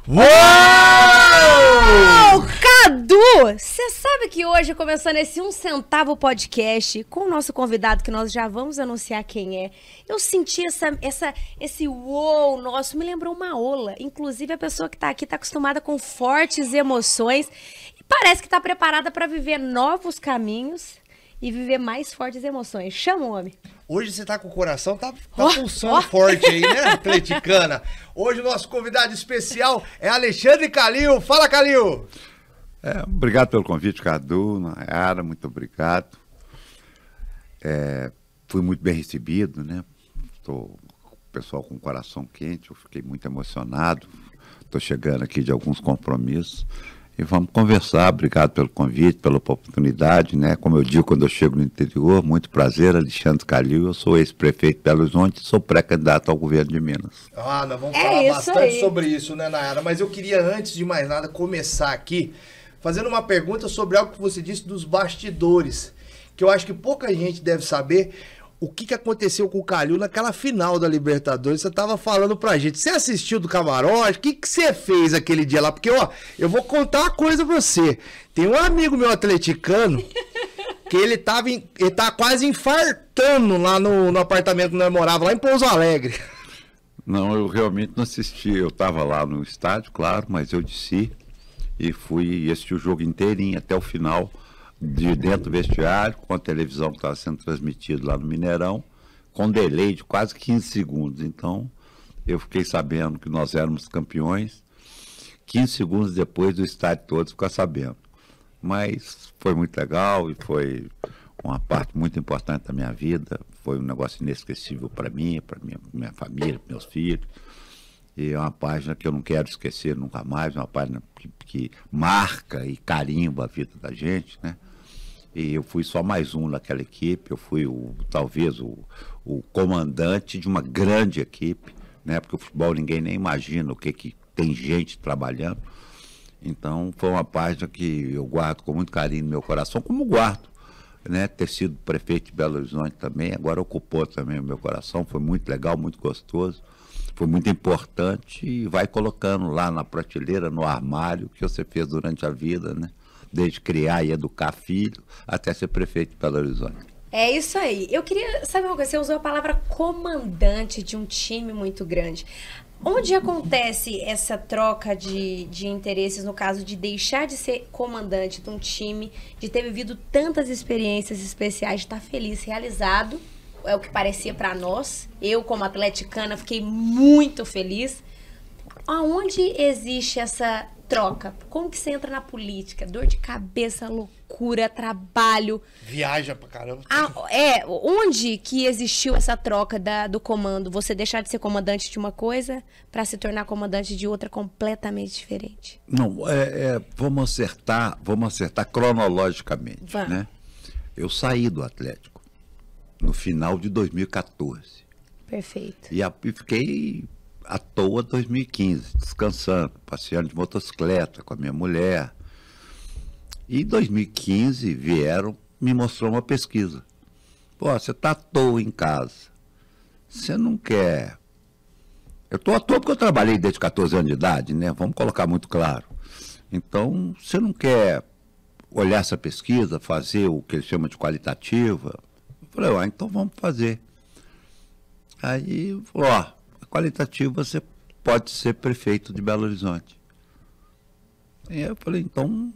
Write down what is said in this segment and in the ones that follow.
Uou! Cadu, você sabe que hoje, começando esse 1 centavo podcast, com o nosso convidado, que nós já vamos anunciar quem é, eu senti esse uou nosso, me lembrou uma ola. Inclusive, a pessoa que tá aqui tá acostumada com fortes emoções e parece que tá preparada para viver novos caminhos e viver mais fortes emoções. Chama o homem. Hoje você tá com o coração, tá pulsando forte aí, né, atleticana? Hoje o nosso convidado especial é Alexandre Calil. Fala, Calil! Obrigado pelo convite, Cadu, Nayara, muito obrigado. Fui muito bem recebido, né? Estou com o pessoal com o coração quente, eu fiquei muito emocionado. Estou chegando aqui de alguns compromissos. E vamos conversar, obrigado pelo convite, pela oportunidade, né? Como eu digo quando eu chego no interior, muito prazer, Alexandre Calil, eu sou ex-prefeito de Belo Horizonte e sou pré-candidato ao governo de Minas. Nós vamos falar bastante sobre isso, né, Nayara? Mas eu queria, antes de mais nada, começar aqui fazendo uma pergunta sobre algo que você disse dos bastidores, que eu acho que pouca gente deve saber. O que aconteceu com o Calil naquela final da Libertadores? Você tava falando pra gente. Você assistiu do camarote? O que você fez aquele dia lá? Porque, ó, eu vou contar uma coisa pra você. Tem um amigo meu atleticano que ele tá quase infartando lá no apartamento que nós morava, lá em Pouso Alegre. Não, eu realmente não assisti. Eu tava lá no estádio, claro, mas eu desci e fui assistir o jogo inteirinho até o final, de dentro do vestiário, com a televisão que estava sendo transmitida lá no Mineirão, com delay de quase 15 segundos. Então, eu fiquei sabendo que nós éramos campeões, 15 segundos depois do estádio todo ficar sabendo. Mas foi muito legal e foi uma parte muito importante da minha vida, foi um negócio inesquecível para mim, para minha família, para meus filhos. E é uma página que eu não quero esquecer nunca mais, uma página que marca e carimba a vida da gente, né? E eu fui só mais um naquela equipe, eu fui talvez o comandante de uma grande equipe, né? Porque o futebol ninguém nem imagina o que tem gente trabalhando. Então foi uma página que eu guardo com muito carinho no meu coração, como guardo, né? Ter sido prefeito de Belo Horizonte também, agora ocupou também o meu coração, foi muito legal, muito gostoso. Foi muito importante e vai colocando lá na prateleira, no armário, que você fez durante a vida, né? Desde criar e educar filho até ser prefeito de Belo Horizonte. É isso aí. Eu queria saber uma coisa, você usou a palavra comandante de um time muito grande. Onde acontece essa troca de interesses, no caso de deixar de ser comandante de um time, de ter vivido tantas experiências especiais, de estar feliz, realizado? É o que parecia para nós. Eu, como atleticana, fiquei muito feliz. Aonde existe essa troca? Como que você entra na política? Dor de cabeça, loucura, trabalho. Viaja pra caramba. Onde que existiu essa troca do comando? Você deixar de ser comandante de uma coisa para se tornar comandante de outra completamente diferente? Não, vamos acertar cronologicamente, né? Eu saí do Atlético no final de 2014. Perfeito. E fiquei à toa 2015, descansando, passeando de motocicleta com a minha mulher. E em 2015 me mostrou uma pesquisa. Pô, você está à toa em casa. Você não quer... Eu estou à toa porque eu trabalhei desde 14 anos de idade, né? Vamos colocar muito claro. Então, você não quer olhar essa pesquisa, fazer o que eles chamam de qualitativa? Eu falei, então vamos fazer. Aí, falou, a qualitativa você pode ser prefeito de Belo Horizonte. E eu falei, então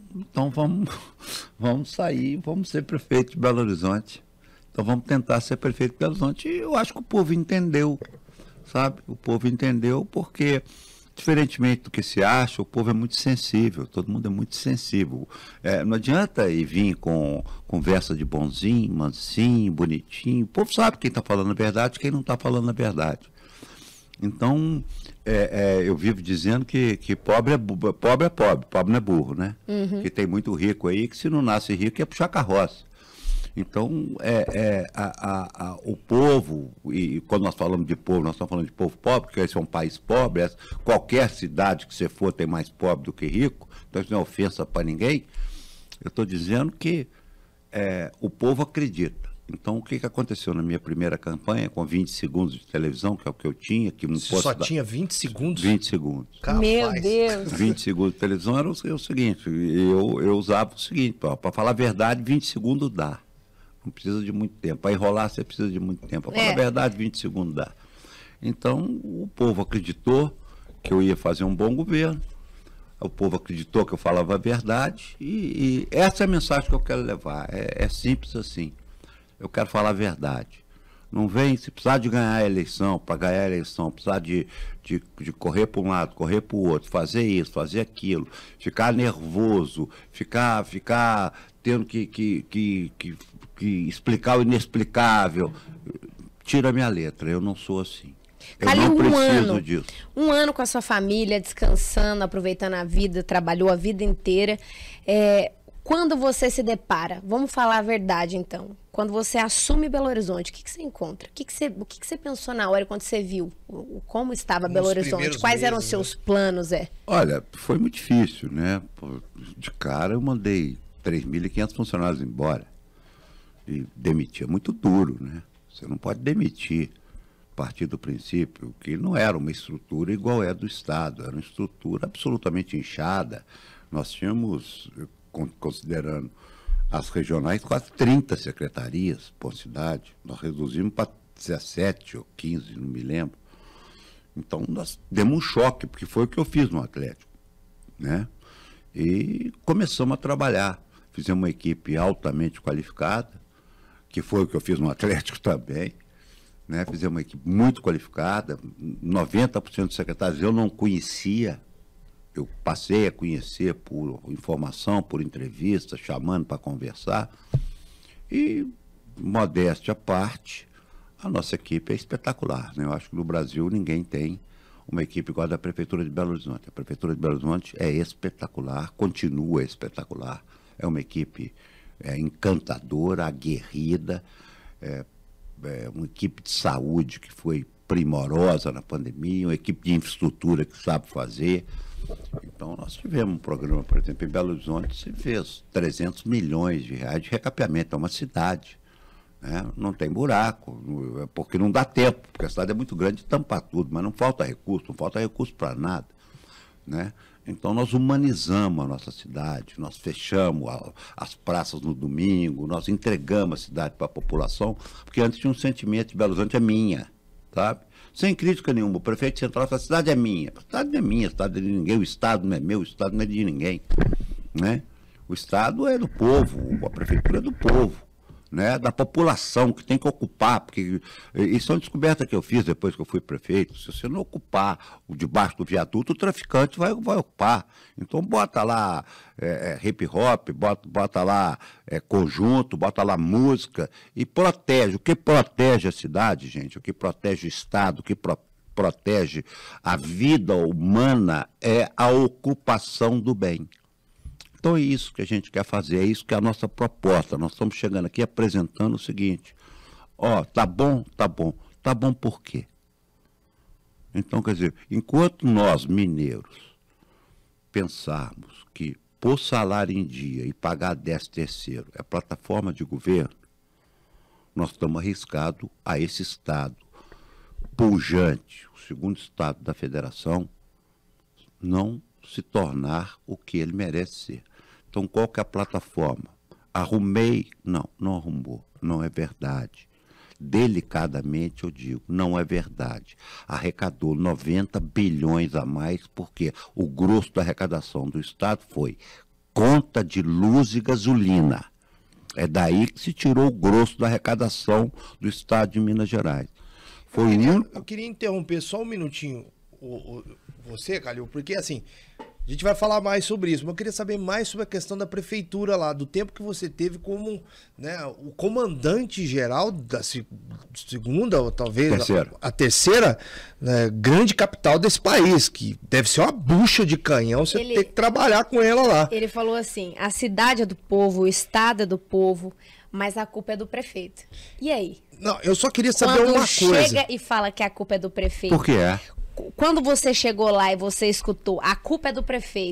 vamos sair, vamos ser prefeito de Belo Horizonte. Então vamos tentar ser prefeito de Belo Horizonte. E eu acho que o povo entendeu, sabe? O povo entendeu porque, diferentemente do que se acha, o povo é muito sensível, todo mundo é muito sensível. Não adianta ir vir com conversa de bonzinho, mansinho, bonitinho. O povo sabe quem está falando a verdade e quem não está falando a verdade. Então, eu vivo dizendo que pobre é pobre, pobre não é burro, né? Uhum. Que tem muito rico aí que se não nasce rico é puxar carroça. Então, o povo, e quando nós falamos de povo, nós estamos falando de povo pobre, porque esse é um país pobre, qualquer cidade que você for tem mais pobre do que rico, então isso não é ofensa para ninguém. Eu estou dizendo que o povo acredita Então, o que aconteceu na minha primeira campanha, com 20 segundos de televisão, que é o que eu tinha, que não Você só tinha 20 segundos? 20 segundos. Capaz. Meu Deus! 20 segundos de televisão era o seguinte, eu usava o seguinte, para falar a verdade, 20 segundos dá. Não precisa de muito tempo. Para enrolar, você precisa de muito tempo. Para falar a verdade, 20 segundos dá. Então, o povo acreditou que eu ia fazer um bom governo. O povo acreditou que eu falava a verdade. E essa é a mensagem que eu quero levar. É simples assim. Eu quero falar a verdade. Não vem, se precisar de ganhar a eleição, para ganhar a eleição, precisar de correr para um lado, correr para o outro, fazer isso, fazer aquilo, ficar nervoso, ficar tendo que explicar o inexplicável. Tira a minha letra, eu não sou assim. Eu não preciso disso. Um ano com a sua família, descansando, aproveitando a vida, trabalhou a vida inteira. Quando você se depara, vamos falar a verdade então, quando você assume Belo Horizonte, o que você encontra? O que você pensou na hora quando você viu como estava Belo Horizonte? Quais eram os seus planos? Olha, foi muito difícil, né? De cara eu mandei 3.500 funcionários embora e demitir. É muito duro, né? Você não pode demitir a partir do princípio que não era uma estrutura igual é do Estado, era uma estrutura absolutamente inchada. Nós tínhamos, considerando as regionais, quase 30 secretarias por cidade. Nós reduzimos para 17 ou 15, não me lembro. Então, nós demos um choque, porque foi o que eu fiz no Atlético, né? E começamos a trabalhar. Fizemos uma equipe altamente qualificada, que foi o que eu fiz no Atlético também, né? Fizemos uma equipe muito qualificada, 90% dos secretários eu não conhecia. Eu passei a conhecer por informação, por entrevista, chamando para conversar. E, modéstia à parte, a nossa equipe é espetacular, né? Eu acho que no Brasil ninguém tem uma equipe igual a da Prefeitura de Belo Horizonte. A Prefeitura de Belo Horizonte é espetacular, continua espetacular. É uma equipe encantadora, aguerrida, uma equipe de saúde que foi primorosa na pandemia, uma equipe de infraestrutura que sabe fazer. Então, nós tivemos um programa, por exemplo, em Belo Horizonte, se fez 300 milhões de reais de recapeamento. É uma cidade, né? Não tem buraco, porque não dá tempo, porque a cidade é muito grande de tampar tudo, mas não falta recurso para nada, né? Então, nós humanizamos a nossa cidade, nós fechamos as praças no domingo, nós entregamos a cidade para a população, porque antes tinha um sentimento de Belo Horizonte é minha, sabe? Sem crítica nenhuma, o prefeito central fala, a cidade é minha. A cidade não é minha, a cidade é de ninguém, o Estado não é meu, o Estado não é de ninguém, né? O Estado é do povo, a prefeitura é do povo, né? Da população que tem que ocupar, porque isso é uma descoberta que eu fiz depois que eu fui prefeito. Se você não ocupar o debaixo do viaduto, o traficante vai ocupar. Então bota lá hip hop, bota lá conjunto, bota lá música e protege. O que protege a cidade, gente, o que protege o Estado, o que protege a vida humana é a ocupação do bem. Então é isso que a gente quer fazer, é isso que é a nossa proposta. Nós estamos chegando aqui apresentando o seguinte, tá bom por quê? Então, quer dizer, enquanto nós, mineiros, pensarmos que pôr salário em dia e pagar 13º é plataforma de governo, nós estamos arriscados a esse Estado pujante, o segundo Estado da Federação, não se tornar o que ele merece ser. Então, qual que é a plataforma? Arrumei? Não arrumou. Não é verdade. Delicadamente eu digo, não é verdade. Arrecadou 90 bilhões a mais, porque o grosso da arrecadação do Estado foi conta de luz e gasolina. É daí que se tirou o grosso da arrecadação do Estado de Minas Gerais. Eu queria interromper só um minutinho você, Calil, porque assim, a gente vai falar mais sobre isso, mas eu queria saber mais sobre a questão da prefeitura lá, do tempo que você teve como, né, o comandante geral da segunda, ou talvez a terceira, né, grande capital desse país, que deve ser uma bucha de canhão, você tem que trabalhar com ela lá. Ele falou assim, a cidade é do povo, o estado é do povo, mas a culpa é do prefeito. E aí? Não, eu só queria saber uma coisa. Quando chega e fala que a culpa é do prefeito. Por que é? Quando você chegou lá e você escutou, a culpa é do prefeito,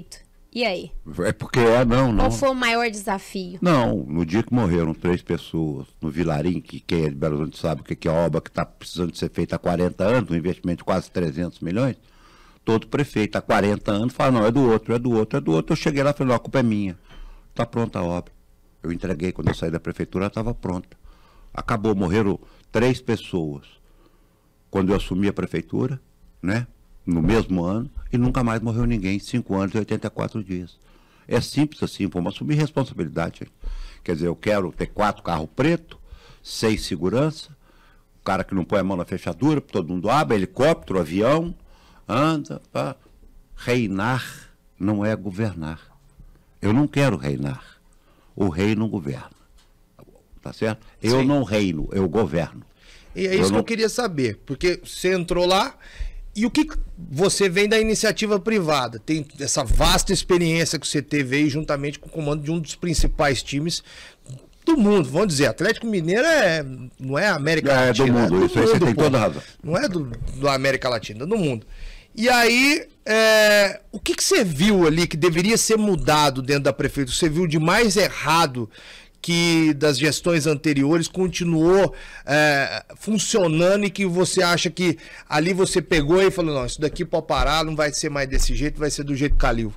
E aí? É porque não. Qual foi o maior desafio? Não, no dia que morreram 3 pessoas no Vilarim, que quem é de Belo Horizonte sabe o que é a obra que está precisando de ser feita há 40 anos, um investimento de quase 300 milhões, todo prefeito há 40 anos fala, não, é do outro. Eu cheguei lá e falei, não, a culpa é minha. Está pronta a obra. Eu entreguei, quando eu saí da prefeitura, ela estava pronta. Acabou, morreram 3 pessoas. Quando eu assumi a prefeitura, né? No mesmo ano, e nunca mais morreu ninguém, 5 anos e 84 dias. É simples assim, vamos assumir responsabilidade. Gente. Quer dizer, eu quero ter 4 carros pretos, 6 segurança, o cara que não põe a mão na fechadura, todo mundo abre, helicóptero, avião, anda, pá. Reinar não é governar. Eu não quero reinar. O rei não governa. Tá certo? Eu não reino, eu governo. E é isso que eu queria saber, porque você entrou lá. E o que você vem da iniciativa privada? Tem essa vasta experiência que você teve aí juntamente com o comando de um dos principais times do mundo. Vamos dizer, Atlético Mineiro não é América Latina. É do mundo, isso aí você tem toda a razão. Não é do América Latina, é do mundo. E aí, o que você viu ali que deveria ser mudado dentro da prefeitura? Você viu de mais errado que das gestões anteriores continuou funcionando e que você acha que ali você pegou e falou, não, isso daqui pode parar, não vai ser mais desse jeito, vai ser do jeito Calil?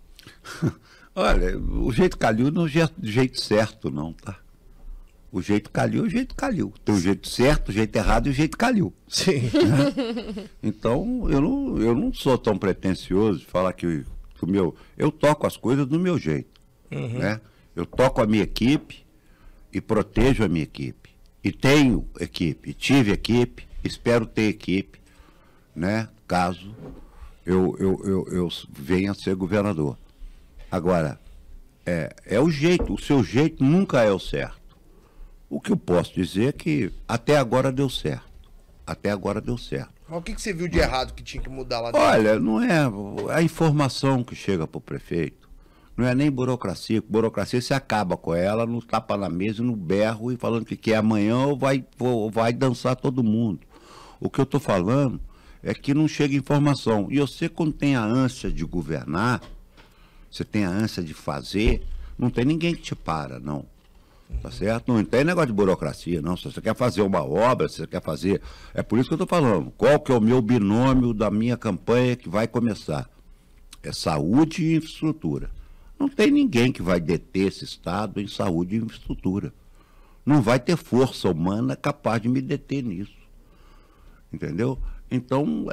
Olha, o jeito Calil não é do jeito certo não, tá? O jeito Calil é o jeito Calil. Tem o jeito certo, o jeito errado e o jeito Calil. Sim. Né? Então, eu não sou tão pretensioso de falar que eu toco as coisas do meu jeito, né? Eu toco a minha equipe e protejo a minha equipe. E tenho equipe, tive equipe, espero ter equipe, né? Caso eu venha a ser governador. Agora, é o jeito, o seu jeito nunca é o certo. O que eu posso dizer é que até agora deu certo. Até agora deu certo. Mas o que você viu de errado que tinha que mudar lá dentro? Olha, não é a informação que chega para o prefeito. Não é nem burocracia. Burocracia se acaba com ela, no tapa na mesa, no berro e falando que quer amanhã ou vai dançar todo mundo. O que eu estou falando é que não chega informação. E você, quando tem a ânsia de governar, você tem a ânsia de fazer, não tem ninguém que te para, não. Tá certo? Não tem negócio de burocracia, não. Se você quer fazer uma obra, se você quer fazer... É por isso que eu estou falando. Qual que é o meu binômio da minha campanha que vai começar? É saúde e infraestrutura. Não tem ninguém que vai deter esse Estado em saúde e infraestrutura. Não vai ter força humana capaz de me deter nisso. Entendeu? Então,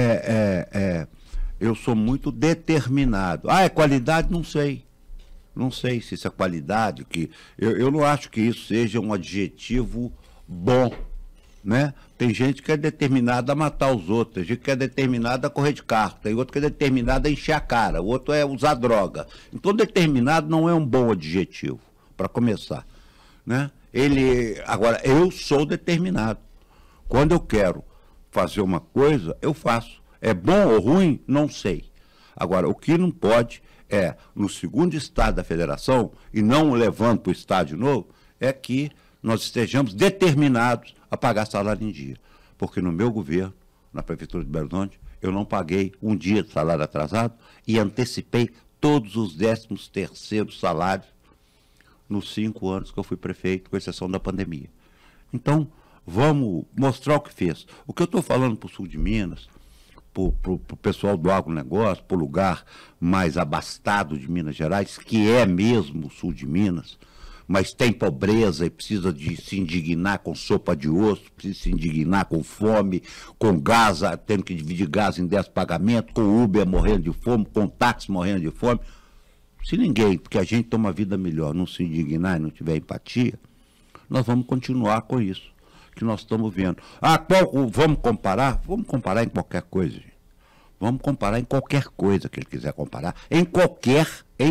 eu sou muito determinado. É qualidade? Não sei. Não sei se isso é qualidade. Eu não acho que isso seja um adjetivo bom. Né? Tem gente que é determinada a matar os outros, tem gente que é determinada a correr de carro, tem outro que é determinado a encher a cara, o outro é usar droga. Então determinado não é um bom adjetivo, para começar. Né? Agora, eu sou determinado. Quando eu quero fazer uma coisa, eu faço. É bom ou ruim? Não sei. Agora, o que não pode no segundo estado da federação, e não levando para o estado de novo, é que nós estejamos determinados a pagar salário em dia. Porque no meu governo, na Prefeitura de Belo Horizonte, eu não paguei um dia de salário atrasado e antecipei todos os 13º salários nos 5 anos que eu fui prefeito, com exceção da pandemia. Então, vamos mostrar o que fez. O que eu estou falando para o sul de Minas, para o pessoal do agronegócio, para o lugar mais abastado de Minas Gerais, que é mesmo o sul de Minas, mas tem pobreza e precisa de se indignar com sopa de osso, precisa se indignar com fome, com gás, tendo que dividir gás em 10 pagamentos, com Uber morrendo de fome, com táxi morrendo de fome. Se ninguém, porque a gente tem uma vida melhor, não se indignar e não tiver empatia, nós vamos continuar com isso que nós estamos vendo. Vamos comparar? Vamos comparar em qualquer coisa, gente. Vamos comparar em qualquer coisa que ele quiser comparar. Em qualquer.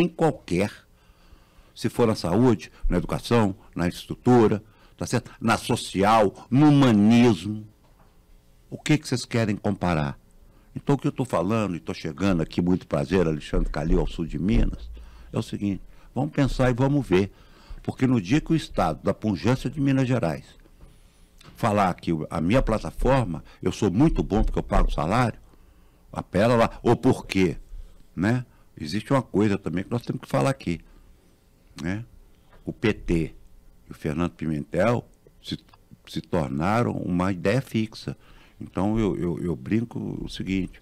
Se for na saúde, na educação, na infraestrutura, tá certo? Na social, no humanismo. O que vocês querem comparar? Então, o que eu estou falando, e estou chegando aqui, muito prazer, Alexandre Calil, ao sul de Minas, é o seguinte, vamos pensar e vamos ver. Porque no dia que o Estado, da pujança de Minas Gerais, falar que a minha plataforma, eu sou muito bom porque eu pago salário, apela lá, ou por quê? Né? existe uma coisa também que nós temos que falar aqui, né? O PT e o Fernando Pimentel se tornaram uma ideia fixa. Então eu brinco o seguinte,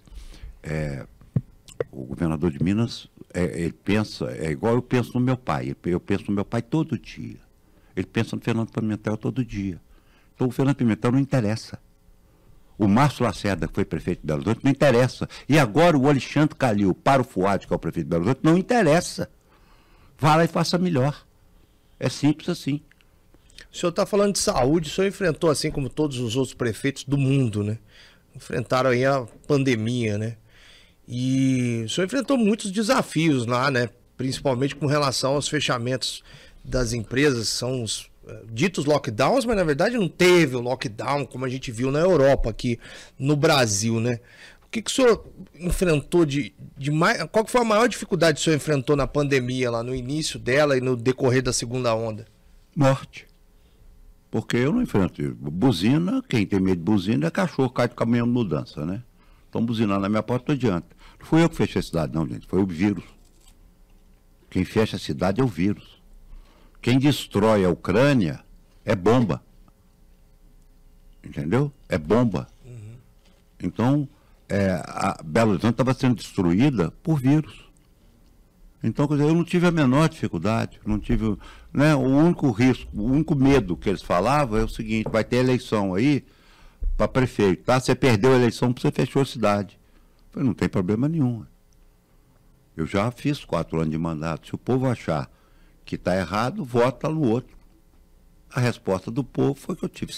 o governador de Minas, ele pensa, é igual eu penso no meu pai, eu penso no meu pai todo dia. Ele pensa no Fernando Pimentel todo dia. Então o Fernando Pimentel não interessa. O Márcio Lacerda, que foi prefeito de Belo Horizonte, não interessa. E agora o Alexandre Calil para o Fuad, que é o prefeito de Belo Horizonte, não interessa. Vá lá e faça melhor. É simples assim. O senhor está falando de saúde, o senhor enfrentou, assim como todos os outros prefeitos do mundo, né? Enfrentaram aí a pandemia, né? E o senhor enfrentou muitos desafios lá, né? Principalmente com relação aos fechamentos das empresas, são os ditos lockdowns, mas na verdade não teve o lockdown como a gente viu na Europa, aqui no Brasil, né? O que o senhor enfrentou de mais... Qual que foi a maior dificuldade que o senhor enfrentou na pandemia, lá no início dela e no decorrer da segunda onda? Morte. Porque eu não enfrento. Buzina, quem tem medo de buzina é cachorro, cai do caminhão de mudança, né? Estão buzinando na minha porta, não adianta. Não fui eu que fechei a cidade, não, gente. Foi o vírus. Quem fecha a cidade é o vírus. Quem destrói a Ucrânia é bomba. Entendeu? É bomba. Uhum. Então, a Belo Horizonte estava sendo destruída por vírus. Então, quer dizer, eu não tive a menor dificuldade, não tive, né, o único risco, o único medo que eles falavam é o seguinte: vai ter eleição aí para prefeito, tá? Você perdeu a eleição porque você fechou a cidade. Eu falei, não tem problema nenhum. Eu já fiz 4 anos de mandato. Se o povo achar que está errado, vota no outro. A resposta do povo foi que eu tive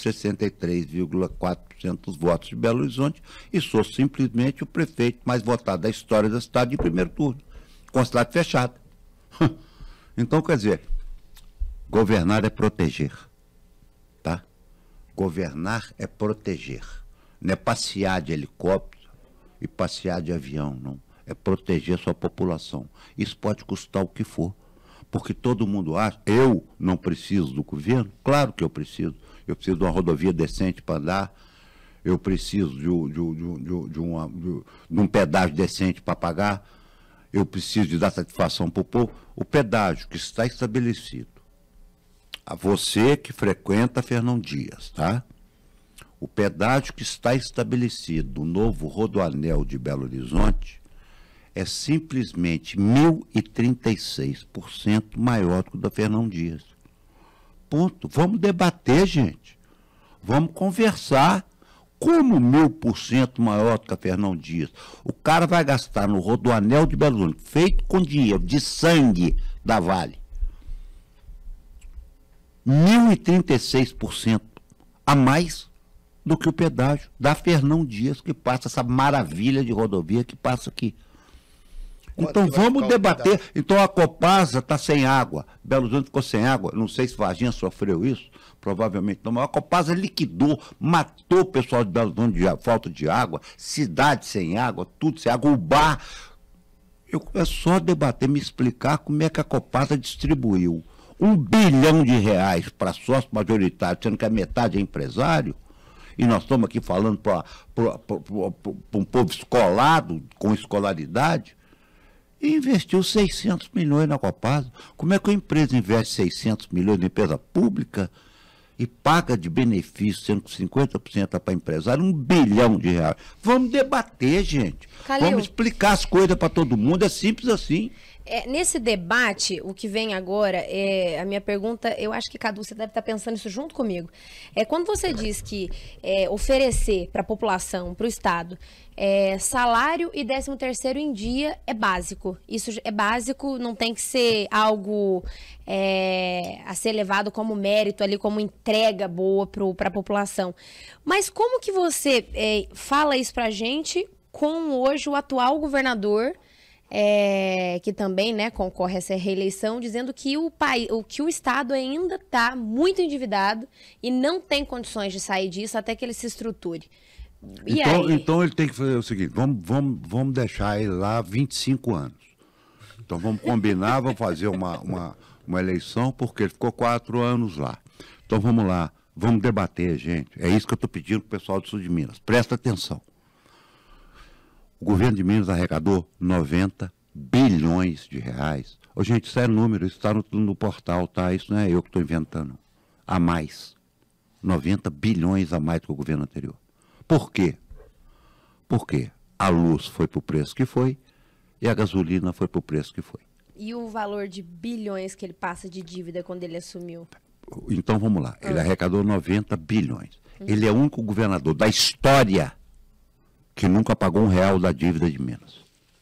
63,4% dos votos de Belo Horizonte e sou simplesmente o prefeito mais votado da história da cidade em primeiro turno, com a cidade fechada. Então, quer dizer, governar é proteger, tá? Governar é proteger. Não é passear de helicóptero e passear de avião, não. É proteger sua população. Isso pode custar o que for. Porque todo mundo acha, eu não preciso do governo? Claro que eu preciso. Eu preciso de uma rodovia decente para andar, eu preciso de um pedágio decente para pagar, eu preciso de dar satisfação para o povo. O pedágio que está estabelecido, a você que frequenta Fernão Dias, tá? O pedágio que está estabelecido, o novo Rodoanel de Belo Horizonte, é simplesmente 1.036% maior do que o da Fernão Dias. Ponto. Vamos debater, gente. Vamos conversar. Como 1.000% maior do que a Fernão Dias? O cara vai gastar no Rodoanel de Belo Horizonte, feito com dinheiro de sangue da Vale, 1.036% a mais do que o pedágio da Fernão Dias, que passa essa maravilha de rodovia que passa aqui. Então vamos debater. Então a Copasa está sem água, Belo Horizonte ficou sem água, não sei se Varginha sofreu isso, provavelmente não, mas a Copasa liquidou, matou o pessoal de Belo Horizonte de falta de água, cidade sem água, tudo sem água, o bar. É só debater, me explicar como é que a Copasa distribuiu R$1 bilhão para sócio majoritário, sendo que a metade é empresário. E nós estamos aqui falando para um povo escolado, com escolaridade, e investiu 600 milhões na Copasa. Como é que a empresa investe 600 milhões na empresa pública e paga de benefício, sendo que 50% é para empresário, R$1 bilhão? Vamos debater, gente. Calil, vamos explicar as coisas para todo mundo, é simples assim. Nesse debate, o que vem agora, a minha pergunta, eu acho que, Cadu, você deve estar pensando isso junto comigo. Quando você diz que oferecer para a população, para o Estado, salário e 13º em dia é básico. Isso é básico, não tem que ser algo a ser levado como mérito ali, como entrega boa para a população. Mas como que você fala isso para a gente com hoje o atual governador, que também, né, concorre a essa reeleição, dizendo que o Estado ainda está muito endividado e não tem condições de sair disso até que ele se estruture? Então ele tem que fazer o seguinte: vamos deixar ele lá 25 anos. Então vamos combinar, vamos fazer uma eleição, porque ele ficou 4 anos lá. Então vamos lá, vamos debater, gente. É isso que eu estou pedindo para o pessoal do sul de Minas. Presta atenção. O governo de Minas arrecadou 90 bilhões de reais. Ô, gente, isso é número, isso está no portal, tá? Isso não é eu que estou inventando. A mais. 90 bilhões a mais que o governo anterior. Por quê? Porque a luz foi para o preço que foi e a gasolina foi para o preço que foi. E o valor de bilhões que ele passa de dívida quando ele assumiu? Então vamos lá. Ele arrecadou 90 bilhões. Ele é o único governador da história que nunca pagou R$1 da dívida de Minas.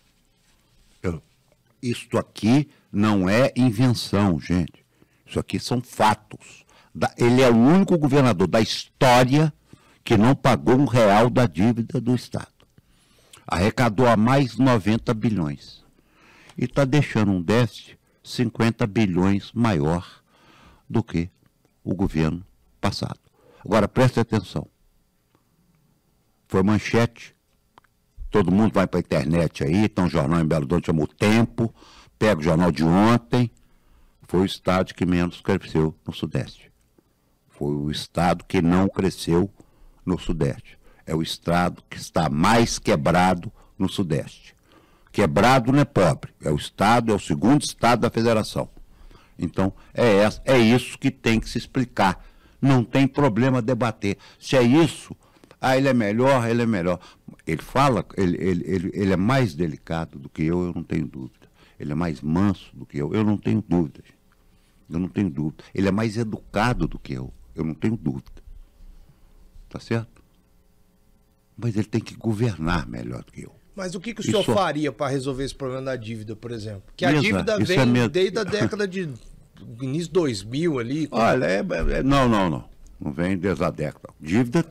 Isto aqui não é invenção, gente. Isso aqui são fatos. Ele é o único governador da história que não pagou R$1 da dívida do Estado. Arrecadou a mais 90 bilhões. E está deixando um déficit 50 bilhões maior do que o governo passado. Agora, preste atenção. Foi manchete. Todo mundo vai para a internet aí, tem um jornal em Belo Horizonte, chama O Tempo, pega o jornal de ontem. Foi o estado que menos cresceu no Sudeste. Foi o estado que não cresceu no Sudeste. É o estado que está mais quebrado no Sudeste. Quebrado não é pobre, é o segundo estado da federação. Então, é isso que tem que se explicar. Não tem problema debater. Se é isso, ele é melhor, ele é melhor. Ele fala, ele é mais delicado do que eu não tenho dúvida. Ele é mais manso do que eu não tenho dúvida. Eu não tenho dúvida. Ele é mais educado do que eu não tenho dúvida. Tá certo? Mas ele tem que governar melhor do que eu. Mas o que o senhor faria para resolver esse problema da dívida, por exemplo? Que a dívida vem desde a década de início de 2000 ali. Olha, não. Não vem desde a década. Dívida,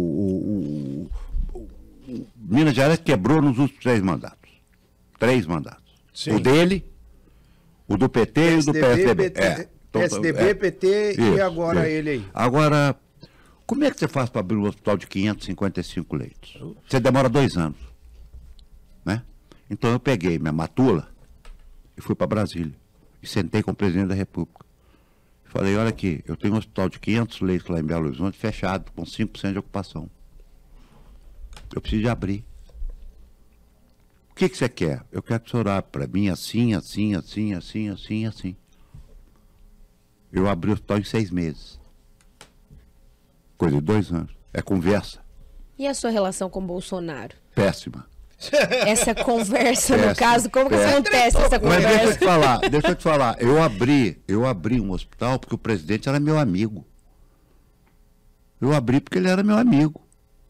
Minas Gerais quebrou nos últimos 3 mandatos. 3 mandatos. Sim. O dele, o do PT e o do PSDB. PSDB, PT isso, e agora ele aí. Agora, como é que você faz para abrir um hospital de 555 leitos? Você demora 2 anos. Né? Então eu peguei minha matula e fui para Brasília. E sentei com o presidente da República. Falei, olha aqui, eu tenho um hospital de 500 leitos lá em Belo Horizonte, fechado, com 5% de ocupação. Eu preciso de abrir. O que você quer? Eu quero que você orar para mim assim. Eu abri o hospital em 6 meses. Coisa de 2 anos. É conversa. E a sua relação com o Bolsonaro? Péssima. Essa conversa, no caso, como que acontece essa conversa? Mas deixa eu te falar. Eu abri um hospital porque o presidente era meu amigo. Eu abri porque ele era meu amigo.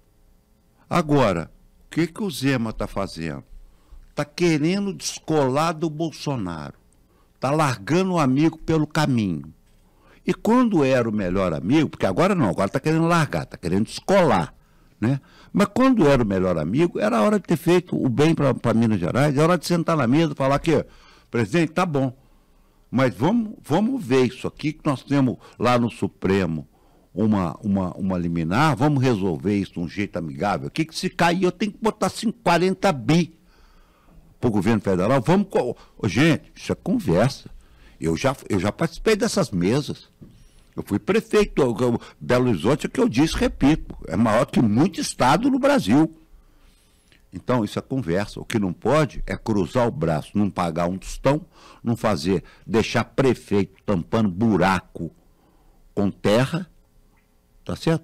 Agora, o que o Zema está fazendo? Está querendo descolar do Bolsonaro. Está largando o amigo pelo caminho. E quando era o melhor amigo, porque agora não, agora está querendo largar, está querendo descolar. Né? Mas quando era o melhor amigo, era a hora de ter feito o bem para Minas Gerais, era hora de sentar na mesa e falar que, presidente, tá bom, mas vamos ver isso aqui, que nós temos lá no Supremo uma liminar, vamos resolver isso de um jeito amigável. O que se cair, eu tenho que botar 40 bi para o governo federal. Gente, isso é conversa. Eu já participei dessas mesas. Eu fui prefeito, Belo Horizonte, é o que eu disse, repito, é maior que muito estado no Brasil. Então, isso é conversa. O que não pode é cruzar o braço, não pagar um tostão, não deixar prefeito tampando buraco com terra, tá certo?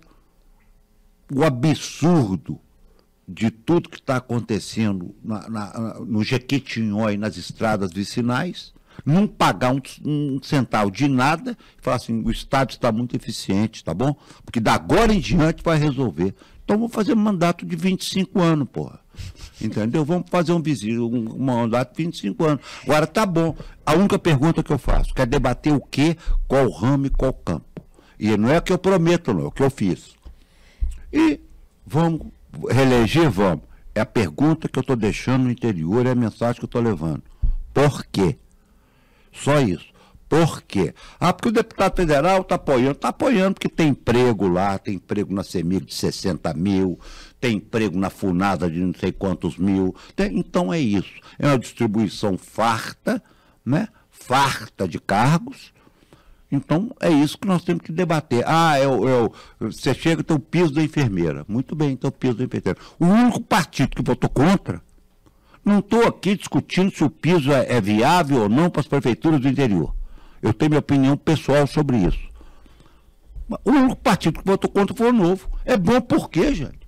O absurdo de tudo que está acontecendo no Jequitinhonha e nas estradas vicinais, não pagar um centavo de nada e falar assim, o Estado está muito eficiente, tá bom? Porque da agora em diante vai resolver. Então vamos fazer um mandato de 25 anos, porra. Entendeu? Vamos fazer um mandato de 25 anos. Agora tá bom. A única pergunta que eu faço, quer debater o quê? Qual ramo e qual campo? E não é o que eu prometo, não, é o que eu fiz. E vamos reeleger, vamos. É a pergunta que eu estou deixando no interior, é a mensagem que eu estou levando. Por quê? Só isso. Por quê? Porque o deputado federal está apoiando. Está apoiando porque tem emprego lá, tem emprego na CEMIG de 60 mil, tem emprego na FUNASA de não sei quantos mil. Então é isso. É uma distribuição farta, né? Farta de cargos. Então é isso que nós temos que debater. Você chega e tem o piso da enfermeira. Muito bem, então o piso da enfermeira. O único partido que votou contra Não estou aqui discutindo se o piso é viável ou não para as prefeituras do interior. Eu tenho minha opinião pessoal sobre isso. O único partido que votou contra foi o Novo. É bom por quê, gente?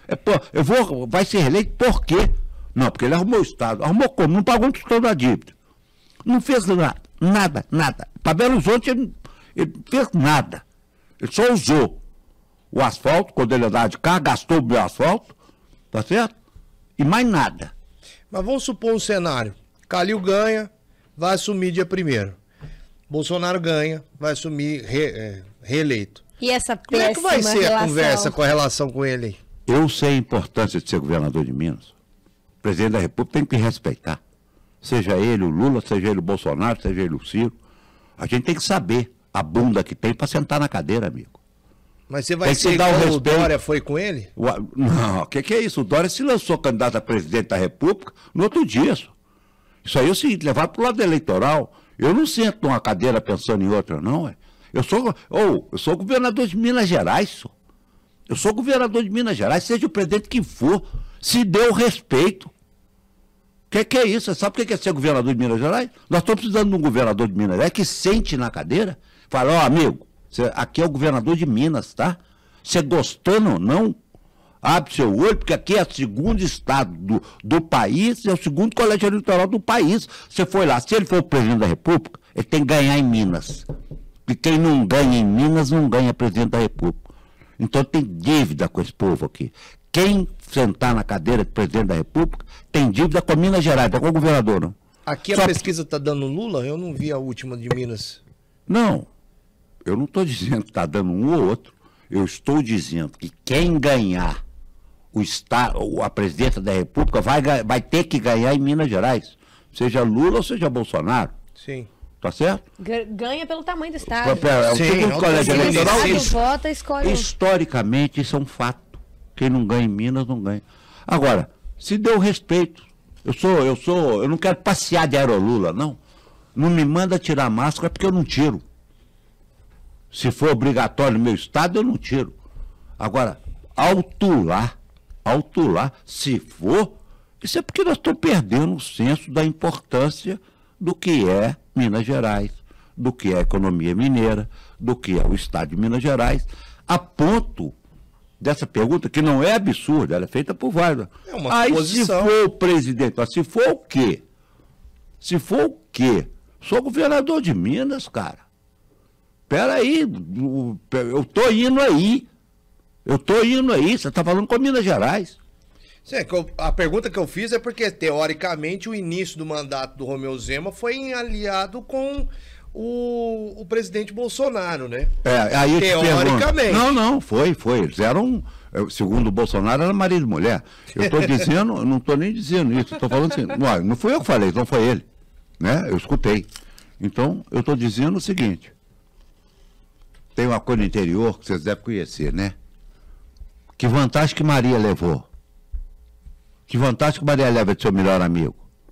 Vai ser eleito por quê? Não, porque ele arrumou o Estado. Arrumou como? Não pagou um tostão da dívida. Não fez nada. Para Belo Horizonte ele fez nada. Ele só usou o asfalto, quando ele andava de carro, gastou o meu asfalto, tá certo? E mais nada. Mas vamos supor um cenário. Calil ganha, vai assumir dia 1º. Bolsonaro ganha, vai assumir reeleito. E essa Como é que vai ser relação? a conversa com a relação com ele? Eu sei a importância de ser governador de Minas. O presidente da República tem que respeitar. Seja ele o Lula, seja ele o Bolsonaro, seja ele o Ciro. A gente tem que saber a bunda que tem para sentar na cadeira, amigo. Mas você vai ser igual o Dória foi com ele? Não, o que é isso? O Dória se lançou candidato a presidente da República no outro dia. Isso aí é o seguinte, levado para o lado eleitoral. Eu não sento numa cadeira pensando em outra, não. Eu sou governador de Minas Gerais. Eu sou governador de Minas Gerais, seja o presidente que for, se dê o respeito. O que é isso? Você sabe o que é ser governador de Minas Gerais? Nós estamos precisando de um governador de Minas Gerais que sente na cadeira, fala, amigo, aqui é o governador de Minas, tá? Você gostando ou não, abre seu olho, porque aqui é o segundo estado do país, é o segundo colégio eleitoral do país. Você foi lá, se ele for o presidente da República, ele tem que ganhar em Minas. E quem não ganha em Minas, não ganha presidente da República. Então tem dívida com esse povo aqui. Quem sentar na cadeira de presidente da República tem dívida com Minas Gerais, não é com o governador, não. Aqui a pesquisa está dando Lula? Eu não vi a última de Minas. Não, eu não estou dizendo que está dando um ou outro. Eu estou dizendo que quem ganhar a presidência da República vai ter que ganhar em Minas Gerais. Seja Lula ou seja Bolsonaro. Sim. Tá certo? Ganha pelo tamanho do estado. É o segundo colégio eleitoral. Vota, escolhe. Historicamente, isso é um fato. Quem não ganha em Minas, não ganha. Agora, se deu respeito. Eu não quero passear de aerolula, não. Não me manda tirar a máscara porque eu não tiro. Se for obrigatório no meu estado, eu não tiro. Agora, autuar, se for, isso é porque nós estamos perdendo o senso da importância do que é Minas Gerais, do que é a economia mineira, do que é o estado de Minas Gerais, a ponto dessa pergunta, que não é absurda, ela é feita por vários. É uma posição. Se for o presidente, se for o quê? Se for o quê? Sou governador de Minas, cara. Peraí, eu tô indo aí. Você está falando com Minas Gerais. Sim, a pergunta que eu fiz é porque, teoricamente, o início do mandato do Romeu Zema foi aliado com o presidente Bolsonaro, né? Aí teoricamente. Não, foi. Eles eram, segundo o Bolsonaro, era marido e mulher. Eu estou dizendo, não estou nem dizendo isso, estou falando assim, não fui eu que falei, não foi ele. Né? Eu escutei. Então, eu estou dizendo o seguinte, tem uma coisa no interior que vocês devem conhecer, né? Que vantagem que Maria levou? Que vantagem que Maria leva de seu melhor amigo?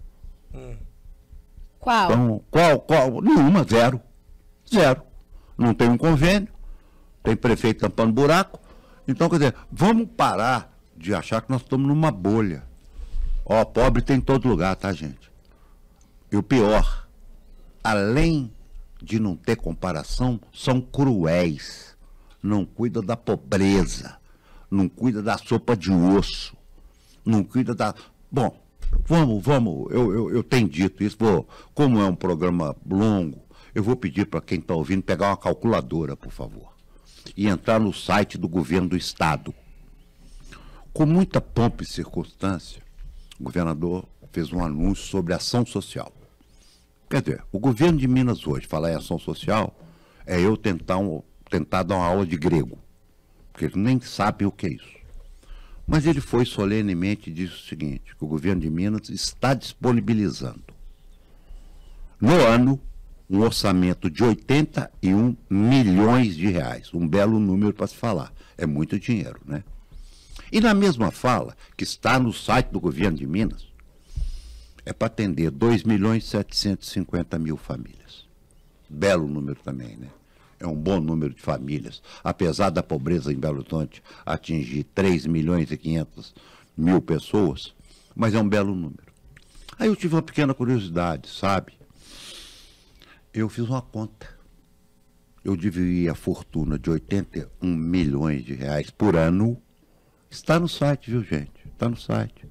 Qual? Então, qual? Nenhuma, zero. Não tem um convênio, tem prefeito tampando buraco. Então, quer dizer, vamos parar de achar que nós estamos numa bolha. Pobre tem em todo lugar, tá, gente? E o pior, além de não ter comparação, são cruéis. Não cuida da pobreza, não cuida da sopa de osso, não cuida da... Bom, vamos, eu tenho dito isso, como é um programa longo, eu vou pedir para quem está ouvindo pegar uma calculadora, por favor, e entrar no site do governo do estado. Com muita pompa e circunstância, o governador fez um anúncio sobre ação social. Quer dizer, o governo de Minas hoje, falar em ação social, é eu tentar dar uma aula de grego, porque eles nem sabem o que é isso. Mas ele foi solenemente e disse o seguinte, que o governo de Minas está disponibilizando, no ano, um orçamento de 81 milhões de reais. Um belo número para se falar. É muito dinheiro, né? E na mesma fala, que está no site do governo de Minas, é para atender 2.750.000 famílias. Belo número também, né? É um bom número de famílias, apesar da pobreza em Belo Horizonte atingir 3.500.000 pessoas, mas é um belo número. Aí eu tive uma pequena curiosidade, sabe? Eu fiz uma conta. Eu dividi a fortuna de 81 milhões de reais por ano. Está no site, viu, gente? Está no site.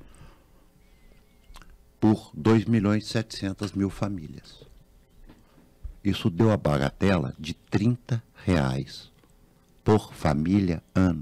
Por 2.700.000 famílias. Isso deu a bagatela de R$30 por família ano.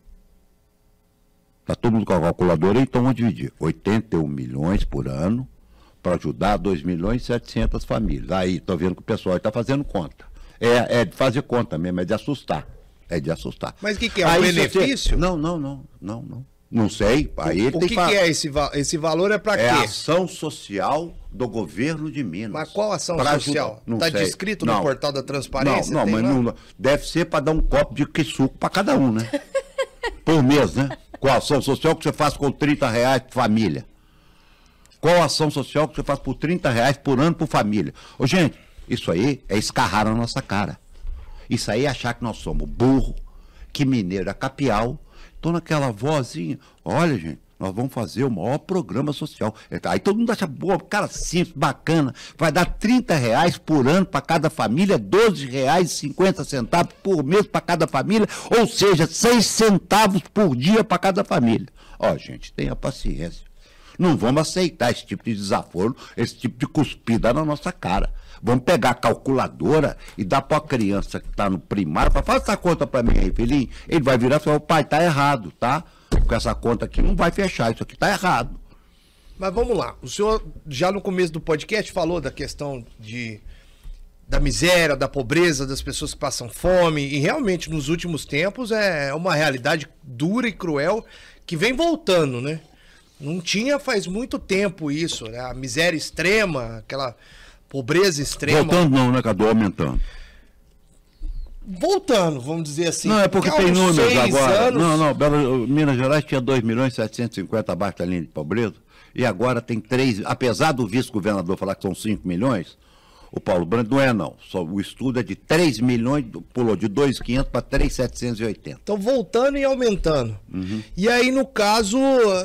Está todo mundo com a calculadora, então vamos dividir. 81 milhões por ano para ajudar 2.700.000 famílias. Aí, estou vendo que o pessoal está fazendo conta. É de fazer conta mesmo, é de assustar. É de assustar. Mas o que é? Um benefício? Não. Não sei. Aí o que é esse valor? É para quê? É a ação social do governo de Minas. Mas qual ação social? Está descrito no portal da transparência? Não, deve ser para dar um copo de suco para cada um, né? Por mês, né? Qual ação social que você faz com R$30 por família? Qual ação social que você faz por R$30 por ano por família? Ô, gente, isso aí é escarrar na nossa cara. Isso aí é achar que nós somos burro, que mineiro é capial. Tô naquela vozinha, olha, gente, nós vamos fazer o maior programa social. Aí todo mundo acha, boa, cara, simples, bacana, vai dar R$30 por ano para cada família, R$12,50 por mês para cada família, ou seja, 6 centavos por dia para cada família. Ó, gente, tenha paciência. Não vamos aceitar esse tipo de desaforo, esse tipo de cuspida na nossa cara. Vamos pegar a calculadora e dar para a criança que está no primário, faça essa conta para mim aí, filhinho. Ele vai virar e falar, pai, tá errado, tá? Porque essa conta aqui não vai fechar, isso aqui tá errado. Mas vamos lá, o senhor já no começo do podcast falou da questão da miséria, da pobreza, das pessoas que passam fome, e realmente nos últimos tempos é uma realidade dura e cruel que vem voltando, né? Não tinha faz muito tempo isso, né? A miséria extrema, aquela pobreza extrema. Voltando não, né, Cadu? Aumentando. Voltando, vamos dizer assim. Não, é porque tem números agora. Não, Minas Gerais tinha 2.750.000 abaixo da linha de pobreza, e agora tem 3, apesar do vice-governador falar que são 5 milhões, o Paulo Branco não é não. Só o estudo é de 3 milhões, pulou de 2.500 para 3.780. Então voltando e aumentando. Uhum. E aí, no caso,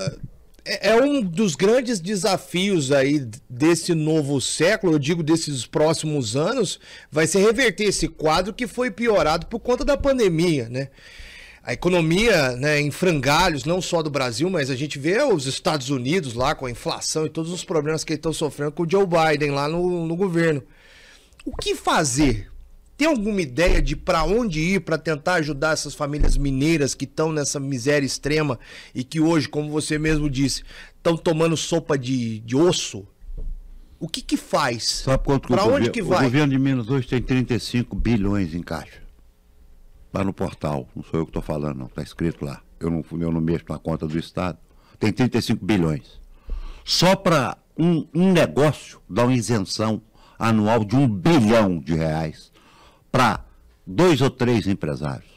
é um dos grandes desafios aí desse novo século, eu digo desses próximos anos, vai ser reverter esse quadro que foi piorado por conta da pandemia, né? A economia, né, em frangalhos, não só do Brasil, mas a gente vê os Estados Unidos lá com a inflação e todos os problemas que eles estão sofrendo com o Joe Biden lá no governo. O que fazer? Tem alguma ideia de para onde ir para tentar ajudar essas famílias mineiras que estão nessa miséria extrema e que hoje, como você mesmo disse, estão tomando sopa de osso? O que faz? Sabe quanto que onde que vai? O governo de Minas hoje tem 35 bilhões em caixa. Lá no portal, não sou eu que estou falando, não, está escrito lá. Eu não mexo na conta do Estado. Tem 35 bilhões. Só para um negócio dá uma isenção anual de R$1 bilhão para 2 ou 3 empresários.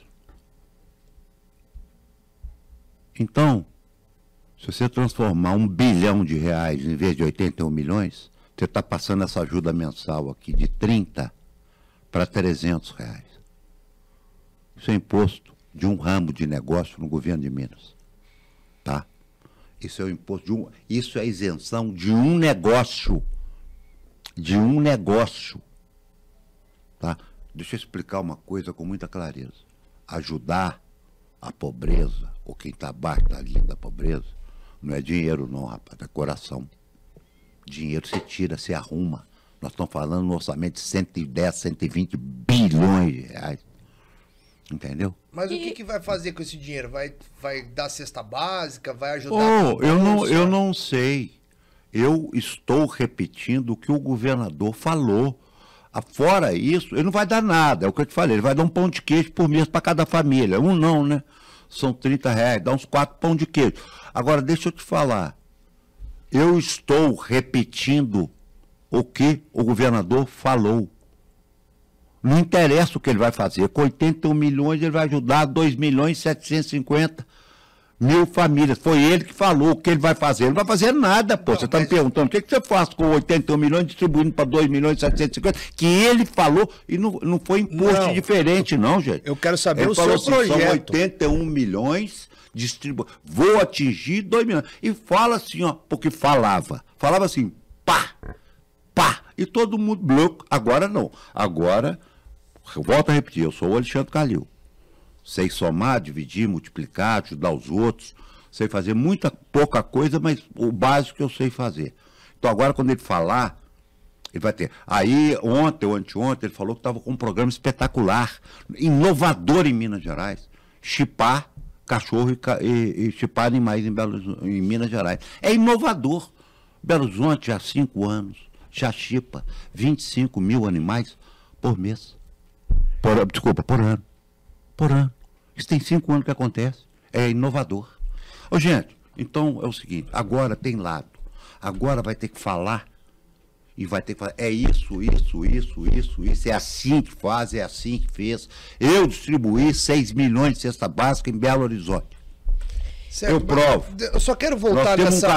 Então, se você transformar R$1 bilhão em vez de 81 milhões, você está passando essa ajuda mensal aqui de 30 para R$300. Isso é imposto de um ramo de negócio no governo de Minas. Tá? Isso é o imposto isso é a isenção de um negócio. De um negócio. Tá? Deixa eu explicar uma coisa com muita clareza. Ajudar a pobreza, ou quem está abaixo da linha da pobreza, não é dinheiro não, rapaz, é coração. Dinheiro você tira, você arruma. Nós estamos falando no orçamento de 110, 120 bilhões de reais. Entendeu? Mas o que vai fazer com esse dinheiro? Vai dar cesta básica? Vai ajudar? Eu não sei. Eu estou repetindo o que o governador falou. Fora isso, ele não vai dar nada, é o que eu te falei, ele vai dar um pão de queijo por mês para cada família. Um não, né? São R$30, dá uns 4 pão de queijo. Agora, deixa eu te falar, eu estou repetindo o que o governador falou. Não interessa o que ele vai fazer, com 81 milhões ele vai ajudar 2.750.000 famílias. Foi ele que falou o que ele vai fazer. Ele não vai fazer nada, pô. Você está me perguntando, o que você faz com 81 milhões distribuindo para 2.750.000? Que ele falou, e não foi imposto diferente, não, gente. Eu quero saber ele o seu projeto. São 81 milhões, vou atingir 2 milhões. E fala assim, ó, porque falava assim, pá, pá, e todo mundo louco. Agora não. Agora, eu volto a repetir, eu sou o Alexandre Calil. Sei somar, dividir, multiplicar, ajudar os outros. Sei fazer pouca coisa, mas o básico eu sei fazer. Então agora quando ele falar, ele vai ter. Aí ontem ou anteontem ele falou que estava com um programa espetacular, inovador em Minas Gerais. Chipar cachorro e chipar animais em Minas Gerais. É inovador. Belo Horizonte há 5 anos já chipa 25 mil animais por mês. Por ano. Por ano. Isso tem 5 anos que acontece. É inovador. Ô, gente, então é o seguinte, agora tem lado. Agora vai ter que falar e vai ter que falar, é isso, é assim que faz, é assim que fez. Eu distribuí 6 milhões de cesta básica em Belo Horizonte. Certo, eu provo. Eu só quero voltar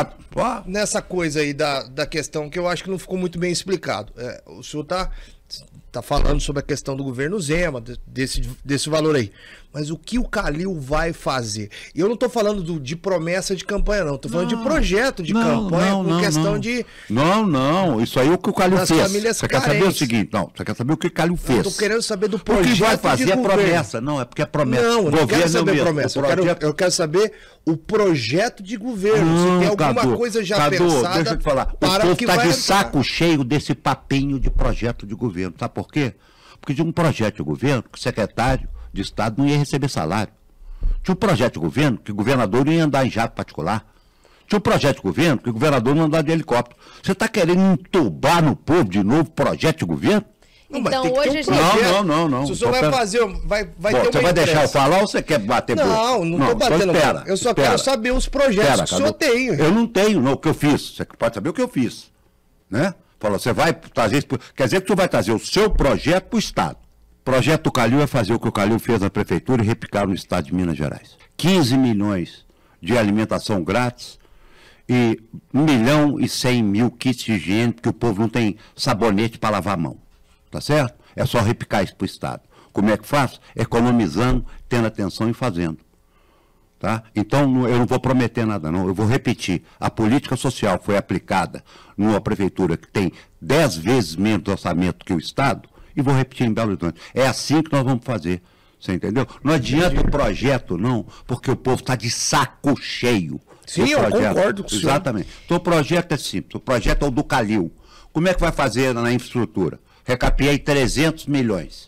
nessa coisa aí da questão que eu acho que não ficou muito bem explicado. O senhor tá falando sobre a questão do governo Zema, desse valor aí. Mas o que o Calil vai fazer? E eu não estou falando de promessa de campanha, não. Estou falando de projeto de campanha com questão de... Não. Isso aí é o que o Calil fez. Você quer saber o seguinte? Não, você quer saber o que o Calil fez. Eu estou querendo saber do projeto. O que vai fazer é promessa. Não, é porque é promessa. Não, eu não quero saber promessa. Eu quero saber o projeto de governo. Se tem alguma coisa já pensada... Deixa eu te falar. O povo está de saco cheio desse papinho de projeto de governo. Sabe por quê? Porque de um projeto de governo, que o secretário de Estado não ia receber salário. Tinha um projeto de governo que o governador não ia andar em jato particular. Tinha um projeto de governo que o governador não ia andar de helicóptero. Você está querendo entubar no povo de novo projeto de governo? Então hoje a gente... Não. Se o senhor vai fazer, vai ter uma Você vai deixar eu falar ou você quer bater boca? Não estou batendo. Espera, eu só quero saber os projetos que o senhor tem. Eu não tenho, o que eu fiz. Você pode saber o que eu fiz. Né? Falou, você vai trazer isso. Quer dizer que você vai trazer o seu projeto para o Estado. O projeto do Calil é fazer o que o Calil fez na prefeitura e replicar no Estado de Minas Gerais. 15 milhões de alimentação grátis e 1.100.000 kits de higiene, porque o povo não tem sabonete para lavar a mão. Tá certo? É só replicar isso para o Estado. Como é que faz? Economizando, tendo atenção e fazendo. Tá? Então, eu não vou prometer nada, não. Eu vou repetir. A política social foi aplicada numa prefeitura que tem 10 vezes menos orçamento que o Estado, e vou repetir em Belo Horizonte. É assim que nós vamos fazer. Você entendeu? Não adianta o projeto, não, porque o povo está de saco cheio. Sim, eu concordo com o senhor. Exatamente. Então, o projeto é simples. O projeto é o do Calil. Como é que vai fazer na infraestrutura? Recapiei 300 milhões.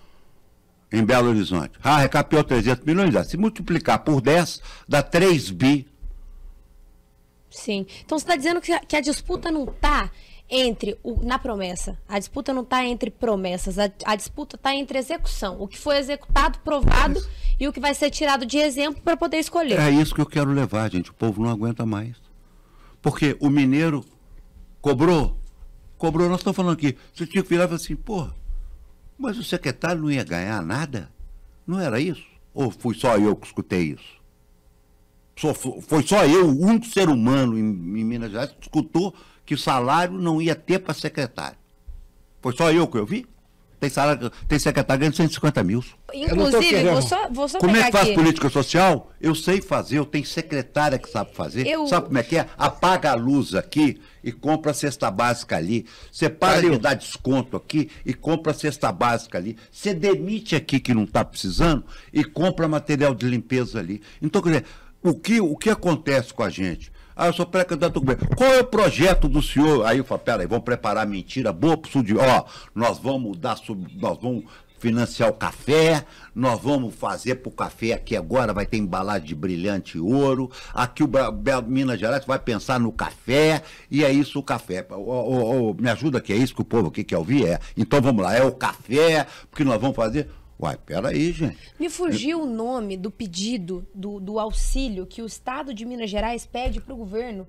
Em Belo Horizonte. Recapiou 300 milhões, se multiplicar por 10, dá 3 bi. Sim. Então você está dizendo que a disputa não está na promessa. A disputa não está entre promessas. A disputa está entre execução. O que foi executado, provado, e o que vai ser tirado de exemplo para poder escolher. É isso que eu quero levar, gente. O povo não aguenta mais. Porque o mineiro cobrou, nós estamos falando aqui. Você tinha que virar e falar assim, mas o secretário não ia ganhar nada? Não era isso? Ou fui só eu que escutei isso? Foi só eu, o único ser humano em Minas Gerais, que escutou que o salário não ia ter para secretário. Foi só eu que eu vi? Tem secretário ganhando 150 mil. Inclusive, vou só como é que faz aqui. Política social? Eu sei fazer, eu tenho secretária que sabe fazer. Sabe como é que é? Apaga a luz aqui e compra a cesta básica ali. Você para de dar desconto aqui e compra a cesta básica ali. Você demite aqui que não está precisando e compra material de limpeza ali. Então, quer dizer, o que acontece com a gente? Eu sou pré-candidato do governo. Qual é o projeto do senhor? Aí eu falo, peraí, vamos preparar mentira boa pro sul de... nós vamos financiar o café, nós vamos fazer pro café aqui agora, vai ter embalagem de brilhante ouro, aqui o Minas Gerais vai pensar no café, e é isso o café. Me ajuda que é isso que o povo aqui quer ouvir? Então vamos lá, é o café, porque nós vamos fazer... peraí, gente. Me fugiu o nome do pedido do auxílio que o Estado de Minas Gerais pede para o governo.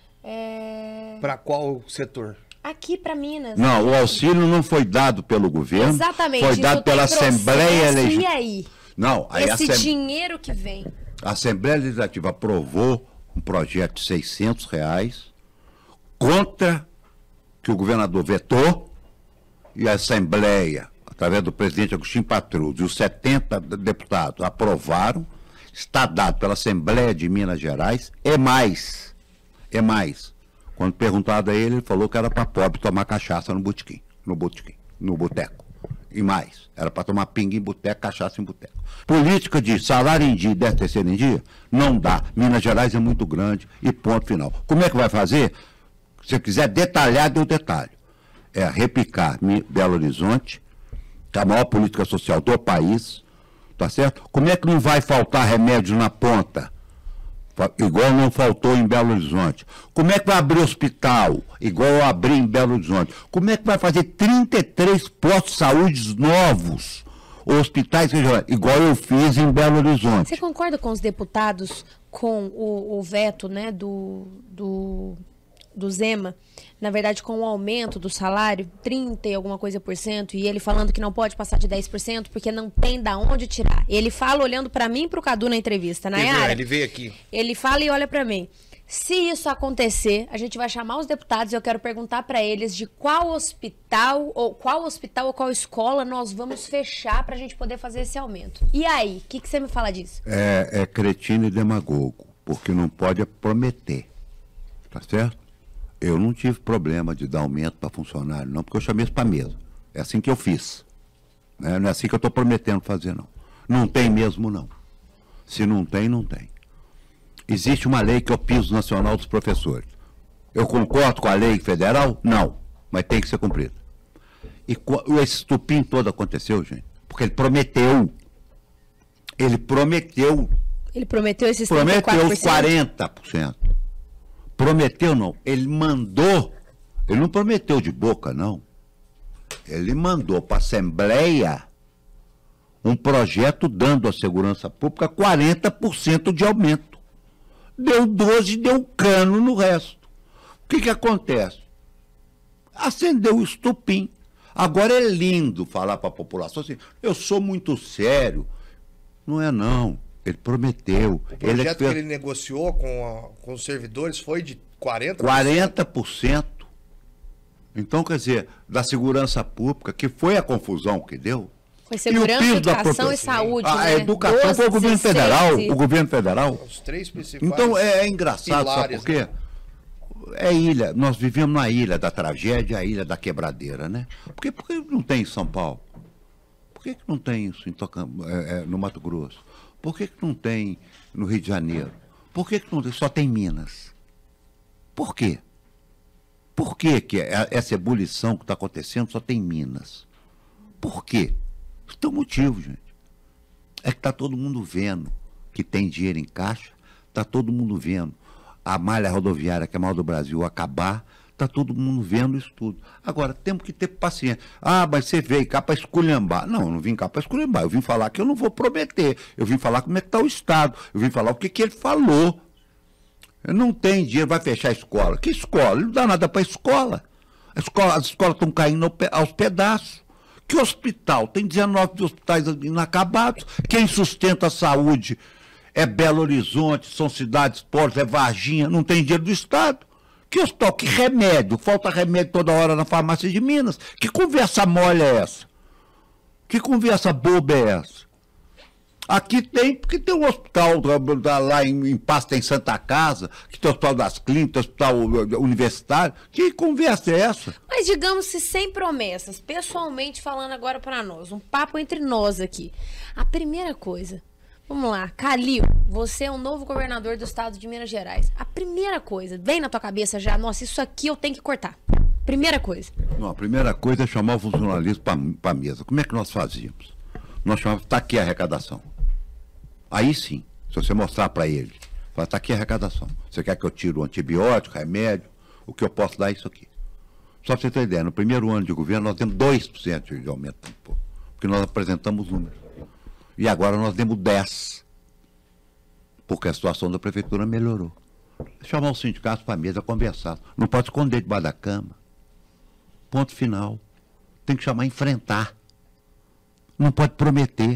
Para qual setor? Aqui para Minas. Não, o auxílio não foi dado pelo governo. Exatamente. Foi dado pela Assembleia Legislativa. E aí? Não, aí esse dinheiro que vem. A Assembleia Legislativa aprovou um projeto de R$600 contra que o governador vetou e a Assembleia, através do presidente Agostinho Patrus e os 70 deputados aprovaram, está dado pela Assembleia de Minas Gerais, é mais. Quando perguntado a ele, ele falou que era para pobre tomar cachaça no boteco. E mais, era para tomar pinga em boteco, cachaça em boteco. Política de salário em dia e 13º em dia, não dá. Minas Gerais é muito grande e ponto final. Como é que vai fazer? Se você quiser detalhar, deu detalhe. É replicar Belo Horizonte, que é a maior política social do país, tá certo? Como é que não vai faltar remédio na ponta? Igual não faltou em Belo Horizonte. Como é que vai abrir hospital? Igual eu abri em Belo Horizonte. Como é que vai fazer 33 postos de saúde novos? Hospitais regionais, igual eu fiz em Belo Horizonte. Você concorda com os deputados com o veto, né, do Zema, na verdade com o aumento do salário, 30 e alguma coisa por cento, e ele falando que não pode passar de 10% porque não tem da onde tirar. Ele fala olhando para mim e pro Cadu na entrevista, Nayara. Ele veio aqui. Ele fala e olha para mim. Se isso acontecer, a gente vai chamar os deputados e eu quero perguntar para eles de qual hospital ou qual escola nós vamos fechar para a gente poder fazer esse aumento. E aí, o que você me fala disso? É cretino e demagogo, porque não pode prometer, tá certo? Eu não tive problema de dar aumento para funcionário, não, porque eu chamei isso para mesa. É assim que eu fiz. Né? Não é assim que eu estou prometendo fazer, não. Não tem mesmo, não. Se não tem, não tem. Existe uma lei que é o piso nacional dos professores. Eu concordo com a lei federal? Não. Mas tem que ser cumprida. E esse estupim todo aconteceu, gente, porque ele prometeu. Ele prometeu. Ele prometeu esses 34%? Prometeu os 40%. Prometeu não, ele mandou, ele não prometeu de boca não, ele mandou para a Assembleia um projeto dando à segurança pública 40% de aumento. Deu 12, deu cano no resto. O que acontece? Acendeu o estupim. Agora é lindo falar para a população assim, eu sou muito sério. Não é não. Ele prometeu. O projeto que ele negociou com os servidores foi de 40%? 40%. Então, quer dizer, da segurança pública, que foi a confusão que deu. Foi segurança, educação e saúde, né? A educação foi o governo federal. O governo federal. Os três principais. Então, é engraçado, sabe por quê? Né? É ilha. Nós vivemos na ilha da tragédia, a ilha da quebradeira, né? Por que não tem em São Paulo? Por que não tem isso no Mato Grosso? Por que não tem no Rio de Janeiro? Por que não tem? Só tem Minas. Por quê? Por que essa ebulição que está acontecendo só tem Minas? Por quê? Isso tem um motivo, gente. É que está todo mundo vendo que tem dinheiro em caixa, está todo mundo vendo a malha rodoviária, que é a maior do Brasil, acabar, está todo mundo vendo isso tudo. Agora, temos que ter paciência. Ah, mas você veio cá para esculhambar. Não, eu não vim cá para esculhambar. Eu vim falar que eu não vou prometer. Eu vim falar como é que está o Estado. Eu vim falar o que ele falou. Eu não tenho dinheiro, vai fechar a escola. Que escola? Não dá nada para a escola. As escolas estão caindo aos pedaços. Que hospital? Tem 19 hospitais inacabados. Quem sustenta a saúde é Belo Horizonte, são cidades pobres, é Varginha, não tem dinheiro do Estado. Que hospital? Que remédio? Falta remédio toda hora na farmácia de Minas. Que conversa mole é essa? Que conversa boba é essa? Aqui tem, porque tem um hospital lá em Paz, tem Santa Casa, que tem o Hospital das Clínicas, Hospital Universitário. Que conversa é essa? Mas digamos-se sem promessas, pessoalmente falando agora para nós, um papo entre nós aqui. A primeira coisa, vamos lá, Calil, você é o novo governador do estado de Minas Gerais. A primeira coisa, vem na tua cabeça já, nossa, isso aqui eu tenho que cortar. Primeira coisa. Não, a primeira coisa é chamar o funcionalismo para a mesa. Como é que nós fazíamos? Nós chamávamos, está aqui a arrecadação. Aí sim, se você mostrar para ele, fala, está aqui a arrecadação. Você quer que eu tire o antibiótico, remédio? O que eu posso dar é isso aqui. Só para você ter ideia, no primeiro ano de governo nós demos 2% de aumento, porque nós apresentamos números. E agora nós demos 10%, porque a situação da prefeitura melhorou. Chamar os sindicatos para a mesa, conversar. Não pode esconder debaixo da cama. Ponto final. Tem que chamar, enfrentar. Não pode prometer.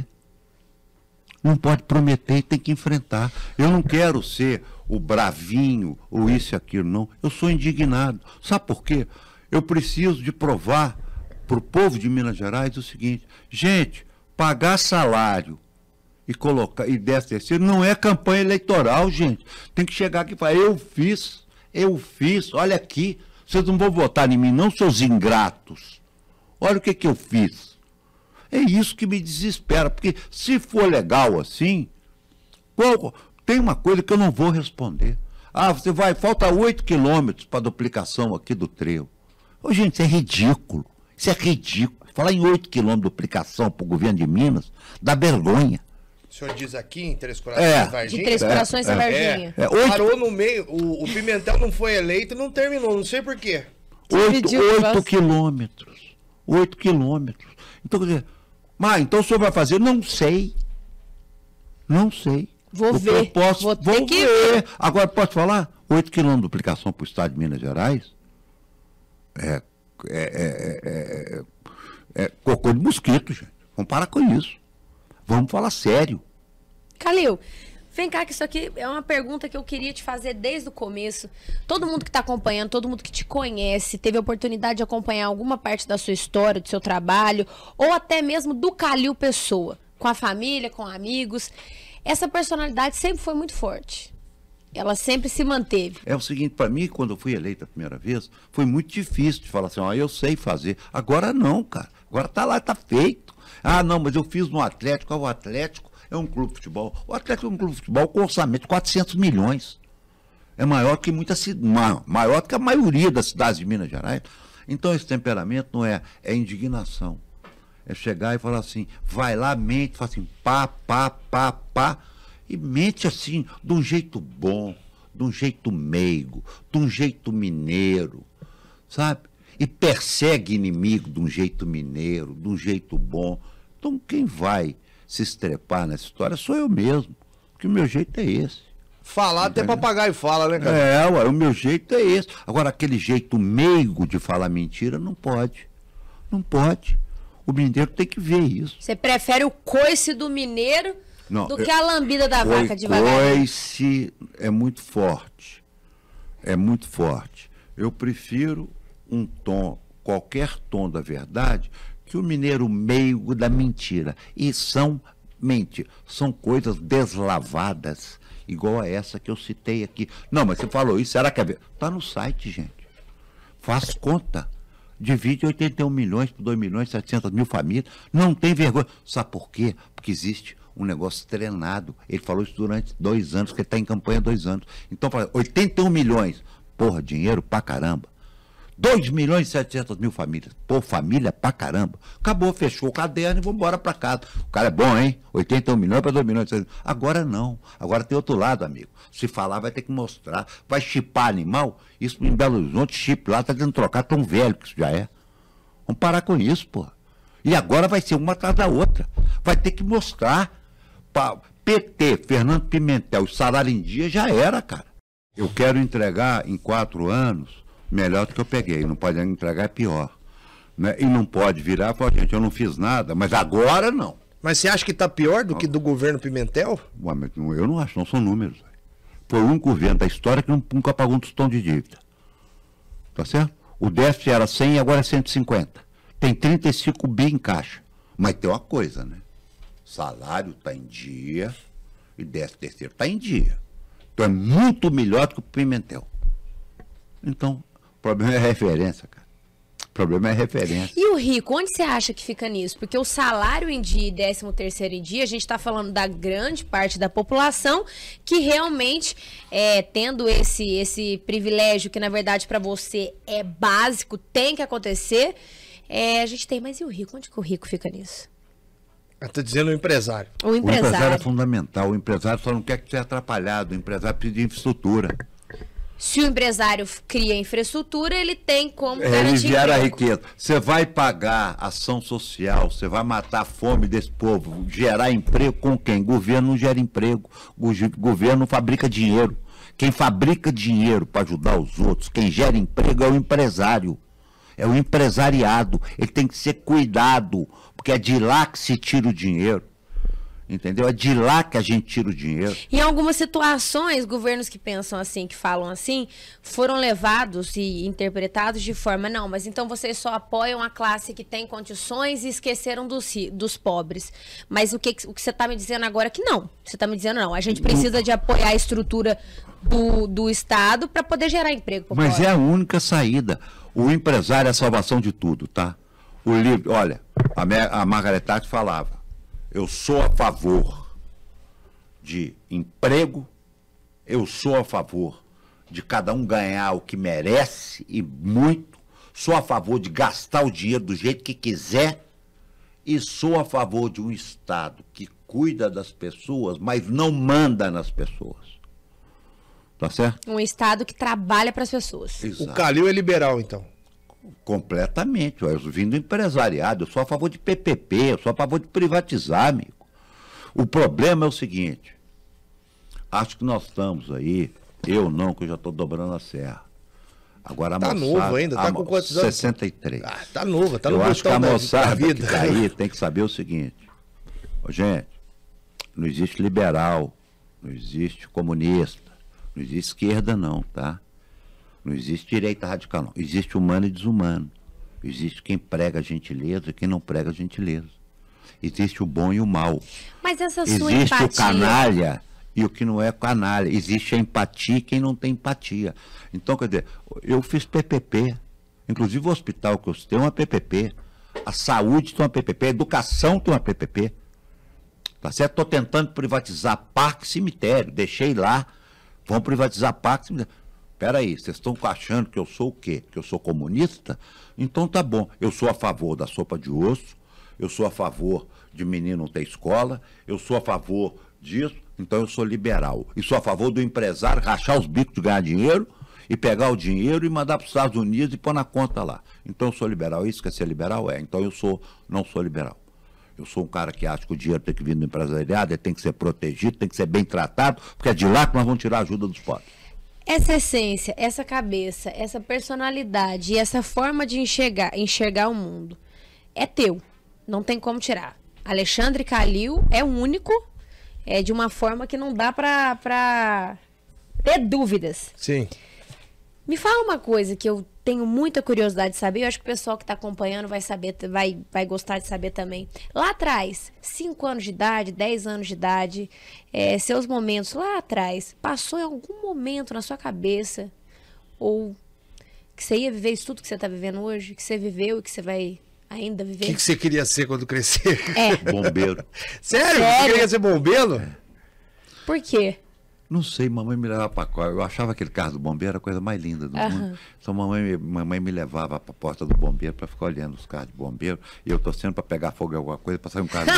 Não pode prometer e tem que enfrentar. Eu não quero ser o bravinho ou isso e aquilo, não. Eu sou indignado. Sabe por quê? Eu preciso de provar para o povo de Minas Gerais o seguinte: gente, pagar salário e colocar e 13º não é campanha eleitoral, gente. Tem que chegar aqui e falar, eu fiz. Eu fiz, olha aqui, vocês não vão votar em mim, não, seus ingratos. Olha o que eu fiz. É isso que me desespera, porque se for legal assim, tem uma coisa que eu não vou responder. Ah, falta 8 quilômetros para a duplicação aqui do trevo. Ô, gente, isso é ridículo. Isso é ridículo. Falar em 8 quilômetros de duplicação para o governo de Minas, dá vergonha. O senhor diz aqui em Três Corações, Varginha? De Três Corações a Varginha. Parou no meio, o Pimentel não foi eleito e não terminou, não sei por quê. 8 quilômetros. 8 quilômetros. Então, quer dizer, mas então o senhor vai fazer? Não sei. Não sei. Vou ver. Vou ver. Agora, posso falar? 8 quilômetros de duplicação para o estado de Minas Gerais cocô de mosquito, gente. Vamos parar com isso. Vamos falar sério. Calil, vem cá que isso aqui é uma pergunta que eu queria te fazer desde o começo. Todo mundo que está acompanhando, todo mundo que te conhece, teve a oportunidade de acompanhar alguma parte da sua história, do seu trabalho, ou até mesmo do Calil pessoa, com a família, com amigos. Essa personalidade sempre foi muito forte. Ela sempre se manteve. É o seguinte, para mim, quando eu fui eleito a primeira vez, foi muito difícil de falar assim, eu sei fazer. Agora não, cara. Agora tá lá, tá feito. Ah, não, mas eu fiz no Atlético. O Atlético é um clube de futebol. O Atlético é um clube de futebol com orçamento de 400 milhões. É maior que maior que a maioria das cidades de Minas Gerais. Então esse temperamento não é indignação. É chegar e falar assim, vai lá, mente, fala assim, pá. E mente assim, de um jeito bom, de um jeito meigo, de um jeito mineiro, sabe? E persegue inimigo de um jeito mineiro, de um jeito bom. Então quem vai se estrepar nessa história sou eu mesmo, porque o meu jeito é esse. Falar até papagaio fala, né, cara? O meu jeito é esse. Agora, aquele jeito meigo de falar mentira, não pode. Não pode. O mineiro tem que ver isso. Você prefere o coice do mineiro do que a lambida da vaca devagarinho? Coice é muito forte. É muito forte. Eu prefiro um tom, qualquer tom da verdade, que o mineiro meigo da mentira. E são coisas deslavadas, igual a essa que eu citei aqui. Não, mas você falou isso, será que é verdade? Está no site, gente. Faz conta. Divide 81 milhões por 2 milhões e 700 mil famílias. Não tem vergonha. Sabe por quê? Porque existe um negócio treinado. Ele falou isso durante 2 anos, que ele está em campanha há 2 anos. Então, 81 milhões. Porra, dinheiro pra caramba. 2 milhões e 700 mil famílias. Pô, família pra caramba. Acabou, fechou o caderno e vamos embora pra casa. O cara é bom, hein? 81 milhões para 2 milhões. Agora não. Agora tem outro lado, amigo. Se falar, vai ter que mostrar. Vai chipar animal? Isso em Belo Horizonte, chip lá, tá tentando trocar tão velho que isso já é. Vamos parar com isso, pô. E agora vai ser uma atrás da outra. Vai ter que mostrar. PT, Fernando Pimentel, o salário em dia já era, cara. Eu quero entregar em 4 anos melhor do que eu peguei. Não pode entregar, é pior. Né? E não pode virar e falar, gente, eu não fiz nada, mas agora não. Mas você acha que está pior do que do governo Pimentel? Ué, mas eu não acho, não são números. Foi um governo da história que nunca pagou um tostão de dívida. Tá certo? O déficit era 100 e agora é 150. Tem 35 bi em caixa. Mas tem uma coisa, né? Salário está em dia e 13º está em dia. Então é muito melhor do que o Pimentel. Então, o problema é a referência, cara. O problema é a referência. E o rico, onde você acha que fica nisso? Porque o salário em dia e 13º em dia, a gente está falando da grande parte da população que realmente, tendo esse privilégio que, na verdade, para você é básico, tem que acontecer, a gente tem. Mas e o rico? Onde que o rico fica nisso? Está dizendo o empresário. O empresário é fundamental. O empresário só não quer que seja atrapalhado. O empresário precisa de infraestrutura. Se o empresário cria infraestrutura, ele tem como garantir ele gera a riqueza. Você vai pagar ação social, você vai matar a fome desse povo, gerar emprego com quem? Governo não gera emprego, o governo fabrica dinheiro. Quem fabrica dinheiro para ajudar os outros, quem gera emprego é o empresário. É o empresariado. Ele tem que ser cuidado, porque é de lá que se tira o dinheiro. Entendeu? É de lá que a gente tira o dinheiro. Em algumas situações, governos que pensam assim, que falam assim, foram levados e interpretados de forma, não, mas então vocês só apoiam a classe que tem condições e esqueceram dos pobres. Mas o que você está me dizendo agora é que não. Você está me dizendo não. A gente precisa de apoiar a estrutura do Estado para poder gerar emprego. Mas é a única saída. O empresário é a salvação de tudo, tá? O livro, olha, a Margaret Thatcher falava, eu sou a favor de emprego, eu sou a favor de cada um ganhar o que merece e muito, sou a favor de gastar o dinheiro do jeito que quiser e sou a favor de um Estado que cuida das pessoas, mas não manda nas pessoas. Tá certo? Um Estado que trabalha para as pessoas. Exato. O Calil é liberal, então? Completamente. Eu vim do empresariado, eu sou a favor de PPP, eu sou a favor de privatizar, amigo. O problema é o seguinte, acho que nós estamos aí, eu não, que eu já estou dobrando a serra. Agora a moçada... Tá novo ainda, tá com quantos anos? 63. Ah, tá novo, tá no eu acho que a moçada vida. Que tá aí tem que saber o seguinte, gente, não existe liberal, não existe comunista, não existe esquerda não, tá? Não existe direita radical, não. Existe humano e desumano. Existe quem prega a gentileza e quem não prega a gentileza. Existe o bom e o mal. Mas essa sua existe empatia... o canalha e o que não é canalha. Existe a empatia e quem não tem empatia. Então, quer dizer, eu fiz PPP. Inclusive o hospital que eu tenho é uma PPP. A saúde tem uma PPP. A educação tem uma PPP. Tá certo? Estou tentando privatizar parque e cemitério. Deixei lá. Vão privatizar parque e cemitério. Peraí, vocês estão achando que eu sou o quê? Que eu sou comunista? Então tá bom, eu sou a favor da sopa de osso, eu sou a favor de menino não ter escola, eu sou a favor disso, então eu sou liberal. E sou a favor do empresário rachar os bicos de ganhar dinheiro e pegar o dinheiro e mandar para os Estados Unidos e pôr na conta lá. Então eu sou liberal. Isso quer ser liberal? É. Então eu não sou liberal. Eu sou um cara que acha que o dinheiro tem que vir do empresariado, ele tem que ser protegido, tem que ser bem tratado, porque é de lá que nós vamos tirar a ajuda dos pobres. Essa essência, essa cabeça, essa personalidade e essa forma de enxergar o mundo é teu. Não tem como tirar. Alexandre Calil é único, é de uma forma que não dá pra ter dúvidas. Sim. Me fala uma coisa que eu tenho muita curiosidade de saber, eu acho que o pessoal que está acompanhando vai saber, vai gostar de saber também. Lá atrás, 5 anos de idade, 10 anos de idade, seus momentos lá atrás, passou em algum momento na sua cabeça, ou que você ia viver isso tudo que você está vivendo hoje, que você viveu e que você vai ainda viver? O que você queria ser quando crescer? Bombeiro. Sério? Você queria ser bombeiro? Por quê? Não sei, mamãe me levava para eu achava aquele carro do bombeiro a coisa mais linda do mundo. Então mamãe me levava para a porta do bombeiro para ficar olhando os carros de bombeiro e eu torcendo para pegar fogo em alguma coisa para sair um carro.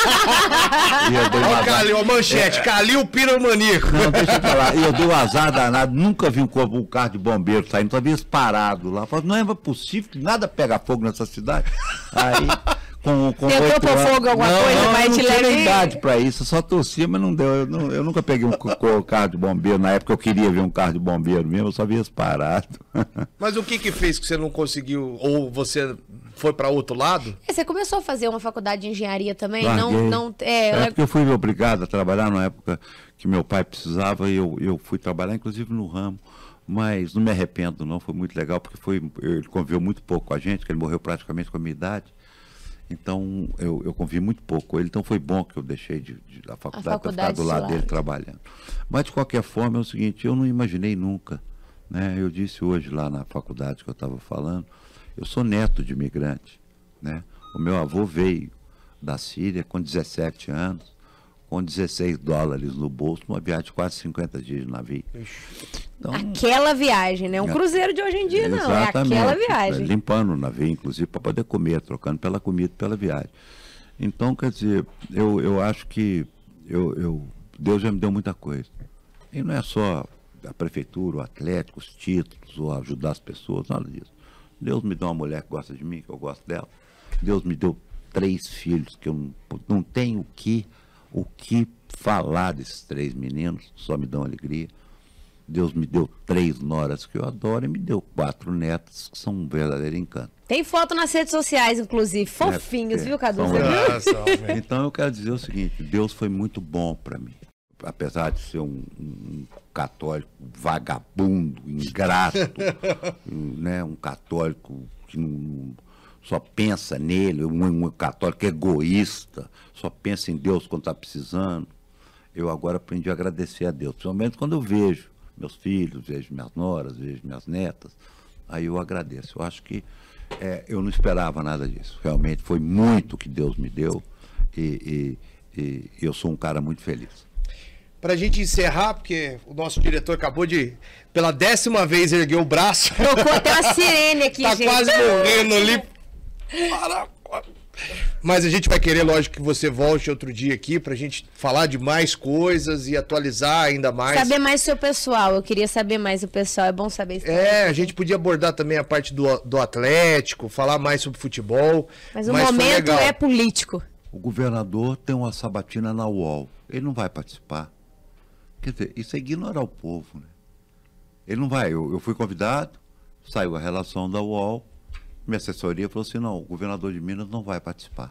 Olha o Calil, a manchete, Calil piramaníaco. Não, deixa eu falar. E eu dei um azar danado, nunca vi um carro de bombeiro saindo, só vi eles parados lá. Eu falei, não é possível que nada pega fogo nessa cidade. Aí tentou pôr fogo alguma coisa, vai te levar. Eu não tinha idade para isso, eu só torcia, mas não deu. Eu nunca peguei um carro de bombeiro. Na época eu queria ver um carro de bombeiro mesmo, eu só via eles parados. Mas o que fez que você não conseguiu, ou você foi para outro lado? Você começou a fazer uma faculdade de engenharia também? Porque eu fui obrigado a trabalhar na época que meu pai precisava e eu fui trabalhar, inclusive no ramo. Mas não me arrependo, não, foi muito legal, porque ele conviveu muito pouco com a gente, que ele morreu praticamente com a minha idade. Então, eu convivi muito pouco com ele, então foi bom que eu deixei a faculdade para ficar do lado dele trabalhando. Mas, de qualquer forma, é o seguinte, eu não imaginei nunca, né? Eu disse hoje lá na faculdade que eu estava falando, eu sou neto de imigrante, né? O meu avô veio da Síria com 17 anos, com $16 no bolso, uma viagem de quase 50 dias de navio. Então, aquela viagem, né? Um cruzeiro de hoje em dia, não. É aquela viagem. Limpando o navio, inclusive, para poder comer, trocando pela comida e pela viagem. Então, quer dizer, eu acho que Deus já me deu muita coisa. E não é só a prefeitura, o Atlético, os títulos, ou ajudar as pessoas, nada disso. Deus me deu uma mulher que gosta de mim, que eu gosto dela. Deus me deu 3 filhos, que eu não tenho o que falar desses 3 meninos, só me dão alegria. Deus me deu 3 noras que eu adoro e me deu 4 netas que são um verdadeiro encanto. Tem foto nas redes sociais, inclusive, fofinhos, viu, Cadu? Então eu quero dizer o seguinte, Deus foi muito bom para mim. Apesar de ser um católico vagabundo, ingrato, né, um católico que não só pensa nele, um católico egoísta, só pensa em Deus quando está precisando. Eu agora aprendi a agradecer a Deus, principalmente quando eu vejo meus filhos, vejo minhas noras, vejo minhas netas, aí eu agradeço. Eu acho que eu não esperava nada disso. Realmente foi muito que Deus me deu e eu sou um cara muito feliz. Pra gente encerrar, porque o nosso diretor acabou de, pela 10ª vez, erguer o braço. Tocou até a sirene aqui, tá gente. Tá quase morrendo ali. Mas a gente vai querer, lógico, que você volte outro dia aqui pra gente falar de mais coisas e atualizar ainda mais. Saber mais do seu pessoal. Eu queria saber mais do pessoal. É bom saber isso. A gente podia abordar também a parte do Atlético, falar mais sobre futebol. Mas o momento é político. O governador tem uma sabatina na UOL. Ele não vai participar. Quer dizer, isso é ignorar o povo, né? Ele não vai. Eu fui convidado, saiu a relação da UOL. Minha assessoria falou assim, não, o governador de Minas não vai participar.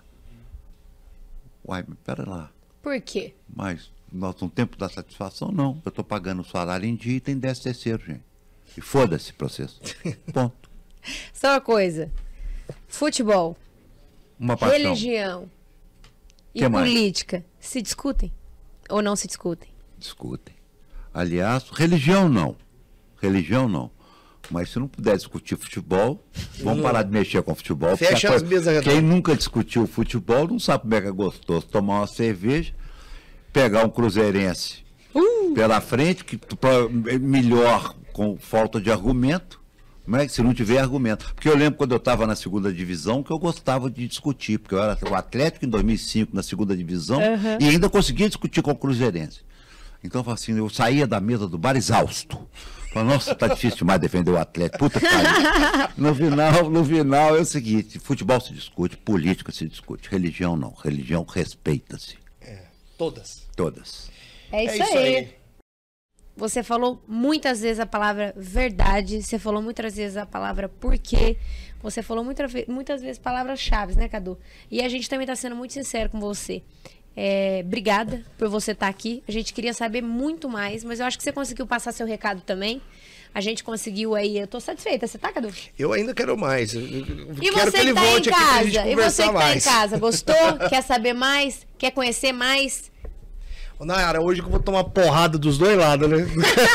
Uai, mas pera lá. Por quê? Mas nós no tempo da satisfação, não. Eu estou pagando o salário em dia e tem 10º, gente. E foda-se o processo. Ponto. Só uma coisa. Futebol, uma paixão, religião e política se discutem ou não se discutem? Discutem. Aliás, religião não. Religião não. Mas se não puder discutir futebol, vamos parar de mexer com futebol. Fecha as mesas. Quem nunca discutiu futebol não sabe como é que é gostoso tomar uma cerveja, pegar um cruzeirense pela frente, que melhor com falta de argumento, né? Se não tiver argumento. Porque eu lembro quando eu estava na 2ª divisão que eu gostava de discutir, porque eu era o Atlético em 2005 na 2ª divisão e ainda conseguia discutir com o cruzeirense. Então, assim, eu saía da mesa do bar exausto. Falei, nossa, tá difícil demais defender o Atlético. Puta que pariu. No final é o seguinte, futebol se discute, política se discute, religião não. Religião respeita-se. Todas. Todas. É isso aí. Você falou muitas vezes a palavra verdade, você falou muitas vezes a palavra porquê, você falou muitas vezes palavras-chave, né, Cadu? E a gente também tá sendo muito sincero com você. Obrigada por você estar aqui. A gente queria saber muito mais, mas eu acho que você conseguiu passar seu recado também. A gente conseguiu aí, eu tô satisfeita. Você tá, Cadu? Eu ainda quero mais. E você que tá em casa? E você que tá em casa, gostou? Quer saber mais? Quer conhecer mais? Ô, Nayara, hoje que eu vou tomar porrada dos dois lados, né?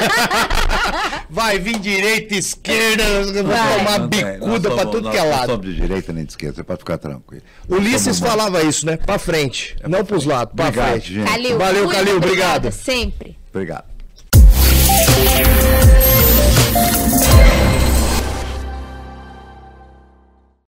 Vai vir direita, esquerda, eu vou tomar bicuda pra tudo que é lado. Não somos de direita nem de esquerda, você pode ficar tranquilo. Ulisses falava isso, né? Pra frente, não pros lados, pra frente. Gente. Calil, valeu, Calil, obrigado. Sempre. Obrigado.